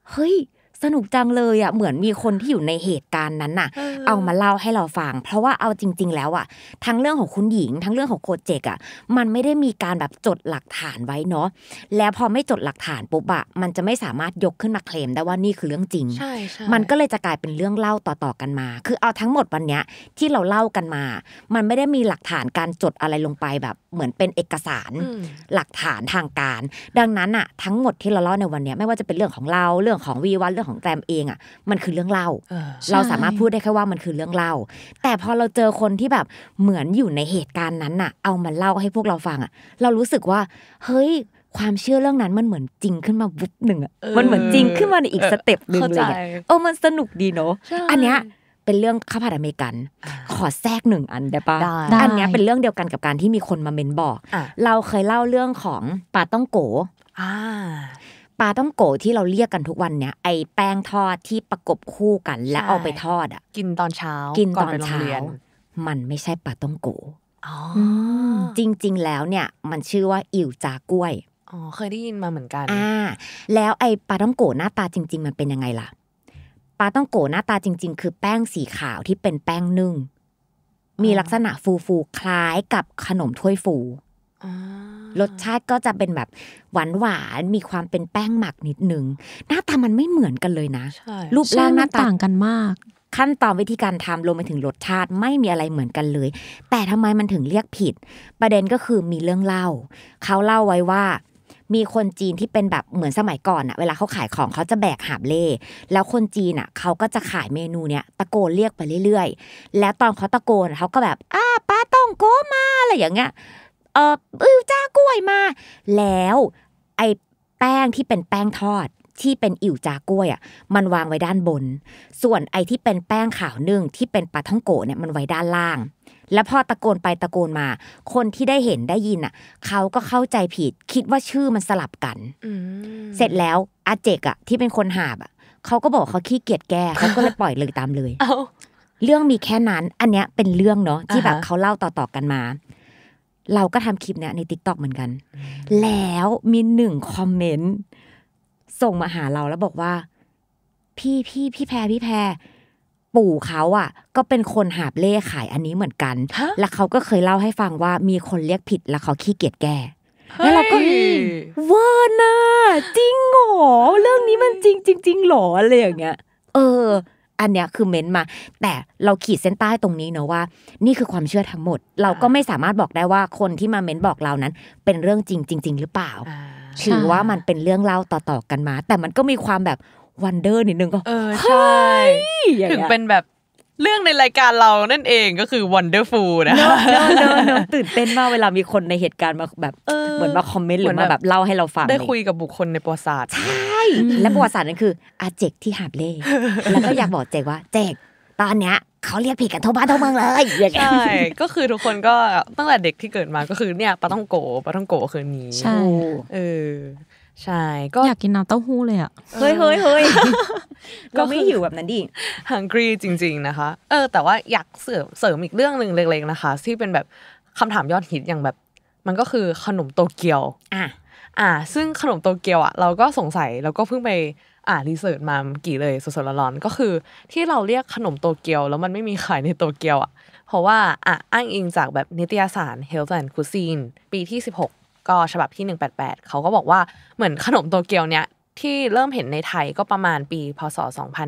เฮ้ยสนุกจังเลยอ่ะเหมือนมีคนที่อยู่ในเหตุการณ์นั้นน่ะเอามาเล่าให้เราฟังเพราะว่าเอาจริงๆแล้วอ่ะทั้งเรื่องของคุณหญิงทั้งเรื่องของโคเจกอ่ะมันไม่ได้มีการแบบจดหลักฐานไว้เนาะแล้วพอไม่จดหลักฐานปุ๊บอ่ะมันจะไม่สามารถยกขึ้นมาเคลมได้ว่านี่คือเรื่องจริงใช่มันก็เลยจะกลายเป็นเรื่องเล่าต่อๆกันมาคือเอาทั้งหมดวันเนี้ยที่เราเล่ากันมามันไม่ได้มีหลักฐานการจดอะไรลงไปแบบเหมือนเป็นเอกสารหลักฐานทางการดังนั้นอ่ะทั้งหมดที่เราเล่าในวันเนี้ยไม่ว่าจะเป็นเรื่องของเราเรื่องของวีวันเรื่องของแกรมเองอ่ะมันคือเรื่องเล่าเราสามารถพูดได้แค่ว่ามันคือเรื่องเล่าแต่พอเราเจอคนที่แบบเหมือนอยู่ในเหตุการณ์นั้นน่ะเอามาเล่าให้พวกเราฟังอ่ะเรารู้สึกว่าเฮ้ยความเชื่อเรื่องนั้นมันเหมือนจริงขึ้นมาวุบหนึ่งอ่ะมันเหมือนจริงขึ้นมาในอีกสเต็ปนึงเลยมันสนุกดีเนาะอันเนี้ยเป็นเรื่องข้าวผัดอเมริกันขอแทรก1อันได้ปะอันเนี้ยเป็นเรื่องเดียวกันกับการที่มีคนมาเมนบอกเราเคยเล่าเรื่องของปลาต้องโกปลาต้องโกที่เราเรียกกันทุกวันเนี้ยไอแป้งทอดที่ประกบคู่กันและเอาไปทอดอ่ะกินตอนเช้ากินตอนเช้ามันไม่ใช่ปลาต้องโกจริงๆแล้วเนี่ยมันชื่อว่าอิ๋วจากล้วยเคยได้ยินมาเหมือนกันแล้วไอปลาต้องโกหน้าตาจริงๆมันเป็นยังไงล่ะปลาต้องโกหน้าตาจริงๆคือแป้งสีขาวที่เป็นแป้งนึ่งมีลักษณะฟูๆคล้ายกับขนมถ้วยฟูรสชาติก็จะเป็นแบบหวานๆมีความเป็นแป้งหมักนิดนึงหน้าตามันไม่เหมือนกันเลยนะรูปร่างหน้าต่างกันมากขั้นตอนวิธีการทำรวมไปถึงรสชาติไม่มีอะไรเหมือนกันเลยแต่ทำไมมันถึงเรียกผิดประเด็นก็คือมีเรื่องเล่าเขาเล่าไว้ว่ามีคนจีนที่เป็นแบบเหมือนสมัยก่อนอะเวลาเขาขายของเขาจะแบกหาบเล่แล้วคนจีนอะเขาก็จะขายเมนูเนี้ยตะโกนเรียกไปเรื่อยๆแล้วตอนเขาตะโกนเขาก็แบบปลาต้องโกมาอะไรอย่างเงี้ยจ้ากล้วยมาแล้วไอ้แป้งที่เป็นแป้งทอดที่เป็นอิ่วจากล้วยอ่ะมันวางไว้ด้านบนส่วนไอ้ที่เป็นแป้งขาวนึ่งที่เป็นปลาท่องโกเนี่ยมันไว้ด้านล่างแล้วพอตะโกนไปตะโกนมาคนที่ได้เห็นได้ยินอ่ะเขาก็เข้าใจผิดคิดว่าชื่อมันสลับกันเสร็จแล้วอาเจกอ่ะที่เป็นคนหาบอ่ะเขาก็บอกเขาขี้เกียจแก้เขาก็เลยปล่อยเลยตามเลยเรื่องมีแค่นั้นอันเนี้ยเป็นเรื่องเนาะที่แบบเขาเล่าต่อๆกันมาเราก็ทำคลิปเนี้ยใน TikTok เหมือนกันแล้วมี1คอมเมนต์ส่งมาหาเราแล้วบอกว่าพี่แพรปู่เขาอ่ะก็เป็นคนหาบเล่ขายอันนี้เหมือนกันแล้วเขาก็เคยเล่าให้ฟังว่ามีคนเรียกผิดแล้วเขาขี้เกียจแก้แล้วเราก็ว่าน่ะจริงหรอเรื่องนี้มันจริงหรออะไรอย่างเงี้ยอันเนี้ยคือเม้นมาแต่เราขีดเส้นใต้ตรงนี้เนอะว่านี่คือความเชื่อทั้งหมดเราก็ไม่สามารถบอกได้ว่าคนที่มาเม้นบอกเรานั้นเป็นเรื่องจริงหรือเปล่าถือว่ามันเป็นเรื่องเล่าต่อๆกันมาแต่มันก็มีความแบบวันเดอร์นิดนึงก็ใช่ถึงเป็นแบบเรื่องในรายการเรานั่นเองก็คือ Wonderful นะตื่นเต้นมากเวลามีคนในเหตุการณ์มาแบบเหมือนมาคอมเมนต์หรือมาแบบเล่าให้เราฟังได้คุยกับบุคคลในประวัติศาสตร์ใช่และประวัติศาสตร์นั่นคืออาเจกที่หาบเล่แล้วก็อยากบอกเจกว่าเจกตอนเนี้ยเขาเรียกผิดกันทั่วบ้านทั่วเมืองเลยใช่ก็คือทุกคนก็ตั้งแต่เด็กที่เกิดมาก็คือเนี่ยปลาท่องโกคือนี้ใช่ใช่ก็อยากกินน้ำเต้าหู้เลยอ่ะเฮ้ยก็ไม่หิวแบบนั้นดิ hungry จริงๆนะคะแต่ว่าอยากเสริมอีกเรื่องนึงเล็กๆนะคะที่เป็นแบบคำถามยอดฮิตอย่างแบบมันก็คือขนมโตเกียวซึ่งขนมโตเกียวอ่ะเราก็สงสัยแล้วก็เพิ่งไปรีเสิร์ชมาเมื่อกี้เลยสดๆร้อนๆก็คือที่เราเรียกขนมโตเกียวแล้วมันไม่มีขายในโตเกียวอ่ะเพราะว่าอ้างอิงจากแบบนิตยสาร Health and Cuisine ปีที่16ก็ฉบับที่188เขาก็บอกว่าเหมือนขนมโตเกียวเนี้ยที่เริ่มเห็นในไทยก็ประมาณปีพศ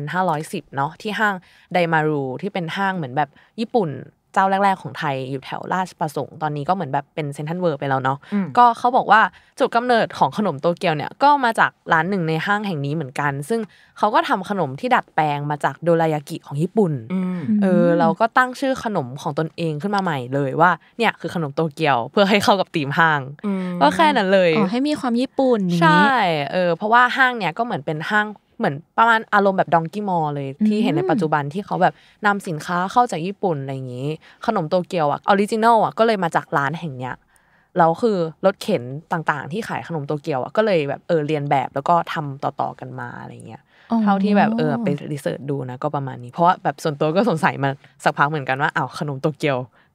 2510เนาะที่ห้างไดมารูที่เป็นห้างเหมือนแบบญี่ปุ่นเจ้าแรกๆของไทยอยู่แถวราชประสงค์ตอนนี้ก็เหมือนแบบเป็นเซ็นทรัลเวิลด์ไปแล้วเนาะก็เขาบอกว่าจุดกำเนิดของขนมโตเกียวเนี่ยก็มาจากร้านหนึ่งในห้างแห่งนี้เหมือนกันซึ่งเขาก็ทำขนมที่ดัดแปลงมาจากโดรายากิของญี่ปุ่นเราก็ตั้งชื่อขนมของตนเองขึ้นมาใหม่เลยว่าเนี่ยคือขนมโตเกียวเพื่อให้เข้ากับธีมห้างก็แค่นั้นเลยให้มีความญี่ปุ่นใช่เพราะว่าห้างเนี่ยก็เหมือนเป็นห้างเหมือนประมาณอารมณ์แบบดองกี้มอลเลยที่เห็นในปัจจุบันที่เขาแบบนำสินค้าเข้าจากญี่ปุ่นอะไรอย่างนี้ขนมโตเกียวออริจินอลก็เลยมาจากร้านแห่งเนี้ยแล้วคือรถเข็นต่างๆที่ขายขนมโตเกียวก็เลยแบบเรียนแบบแล้วก็ทำต่อๆกันมาอะไรเงี้ยเท่าที่แบบไปรีเสิร์ชดูนะก็ประมาณนี้เพราะว่าแบบส่วนตัวก็สงสัยมาสักพักเหมือนกันว่าขนมโตเกียว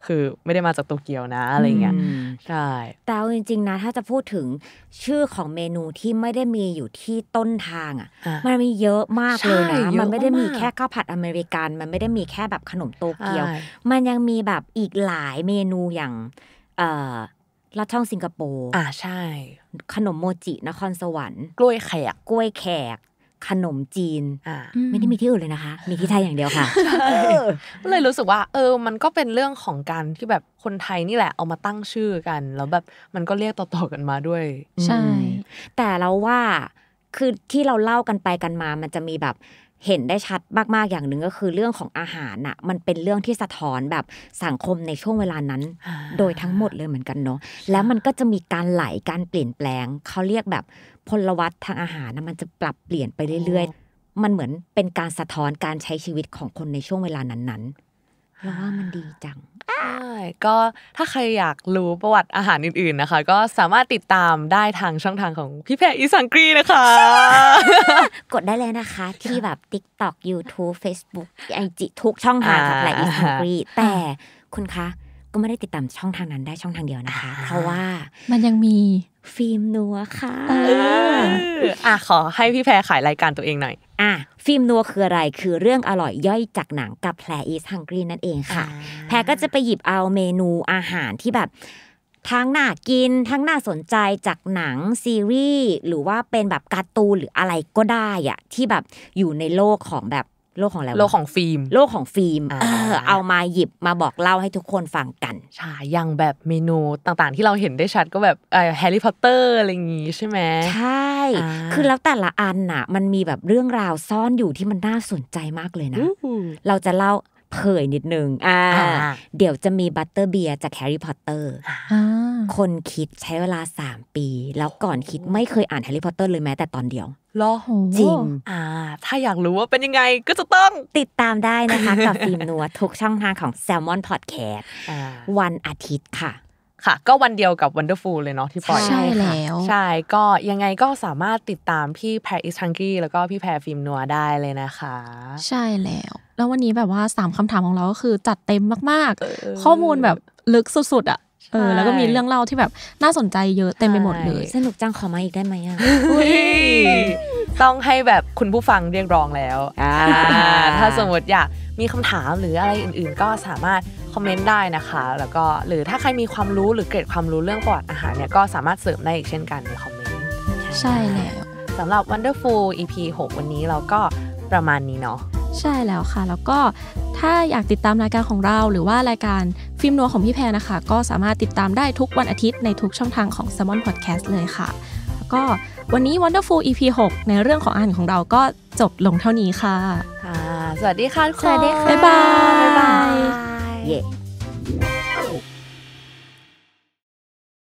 คือไม่ได้มาจากโตเกียวนะอะไรเงี้ยใช่แต่จริงๆนะถ้าจะพูดถึงชื่อของเมนูที่ไม่ได้มีอยู่ที่ต้นทางอ่ะมันมีเยอะมากเลยนะมันไม่ได้มีแค่ข้าวผัดอเมริกันมันไม่ได้มีแค่แบบขนมโตเกียวมันยังมีแบบอีกหลายเมนูอย่างลอดช่องสิงคโปร์ใช่ขนมโมจินครสวรรค์กล้วยแขกขนมจีนไม่ได้มีที่อื่นเลยนะคะมีที่ไทยอย่างเดียวค่ะเลยรู้สึกว่ามันก็เป็นเรื่องของการที่แบบคนไทยนี่แหละเอามาตั้งชื่อกันแล้วแบบมันก็เรียกต่อๆกันมาด้วยใช่แต่เราว่าคือที่เราเล่ากันไปกันมามันจะมีแบบเห็นได้ชัดมากๆอย่างนึงก็คือเรื่องของอาหารน่ะมันเป็นเรื่องที่สะท้อนแบบสังคมในช่วงเวลานั้นโดยทั้งหมดเลยเหมือนกันเนาะแล้วมันก็จะมีการไหลการเปลี่ยนแปลงเขาเรียกแบบพลวัตทางอาหารนะมันจะปรับเปลี่ยนไปเรื่อยๆมันเหมือนเป็นการสะท้อนการใช้ชีวิตของคนในช่วงเวลานั้นๆแล้วว่ามันดีจังใช่ก็ถ้าใครอยากรู้ประวัติอาหารอื่นๆนะคะก็สามารถติดตามได้ทางช่องทางของพี่แพรอีสังกรีนะคะกดได้เลยนะคะที่แบบ TikTok YouTube Facebook IG ทุกช่องทางกับแพรอีสังกรีแต่คุณคะก็ไม่ได้ติดตามช่องทางนั้นได้ช่องทางเดียวนะคะเพราะว่ามันยังมีฟิล์มนัวค่ะขอให้พี่แพรขายรายการตัวเองหน่อยฟิล์มนัวคืออะไรคือเรื่องอร่อยย่อยจากหนังกับแพรอีสฮังกรีนั่นเองค่ะแพรก็จะไปหยิบเอาเมนูอาหารที่แบบทั้งน่ากินทั้งน่าสนใจจากหนังซีรีส์หรือว่าเป็นแบบการ์ตูนหรืออะไรก็ได้อ่ะที่แบบอยู่ในโลกของแบบโลกของอะไรโลกของฟิล์มเอามาหยิบมาบอกเล่าให้ทุกคนฟังกันใช่อย่างแบบเมนูต่างๆที่เราเห็นได้ชัดก็แบบแฮร์รี่พอตเตอร์อะไรอย่างงี้ใช่ไหมใช่คือแล้วแต่ละอันน่ะมันมีแบบเรื่องราวซ่อนอยู่ที่มันน่าสนใจมากเลยนะเราจะเล่าเผยนิดนึงเดี๋ยวจะมีบัตเตอร์เบียร์จากแฮร์รี่พอตเตอร์คนคิดใช้เวลา3ปีแล้วก่อนคิดไม่เคยอ่านแฮร์รี่พอตเตอร์เลยแม้แต่ตอนเดียวหรอจริงถ้าอยากรู้ว่าเป็นยังไงก็จะต้องติดตามได้นะคะกับฟิล์มนัวทุกช่องทางของ Salmon Podcast วันอาทิตย์ค่ะก็วันเดียวกับ Wonderful เลยเนาะที่ปล่อยใช่แล้วใช่ก็ยังไงก็สามารถติดตามพี่แพรอีสฮังกี้แล้วก็พี่แพรฟิล์มนัวได้เลยนะคะใช่แล้ววันนี้แบบว่า3คำถามของเราก็คือจัดเต็มมากๆข้อมูลแบบลึกสุดๆอ่ะแล้วก็มีเรื่องเล่าที่แบบน่าสนใจเยอะเต็มไปหมดเลยสนุกจังขอมาอีกได้ไหมอ่ะต้องให้แบบคุณผู้ฟังเรียกร้องแล้วถ้าสมมติอยากมีคำถามหรืออะไรอื่นๆก็สามารถคอมเมนต์ได้นะคะแล้วก็หรือถ้าใครมีความรู้หรือเกร็ดความรู้เรื่องประวัติอาหารเนี่ยก็สามารถเสริมได้อีกเช่นกันในคอมเมนต์ใช่แล้วสำหรับ Wonderful EP 6 วันนี้เราก็ประมาณนี้เนาะใช่แล้วค่ะแล้วก็ถ้าอยากติดตามรายการของเราหรือว่ารายการฟิล์มนัวของพี่แพรนะคะก็สามารถติดตามได้ทุกวันอาทิตย์ในทุกช่องทางของ Salmon Podcast เลยค่ะแล้วก็วันนี้ Wonderful EP 6 ในเรื่องของอาหารของเราก็จบลงเท่านี้ค่ะสวัสดีค่ะทุกคนสวัสดีค่ะบ๊ายบายเย้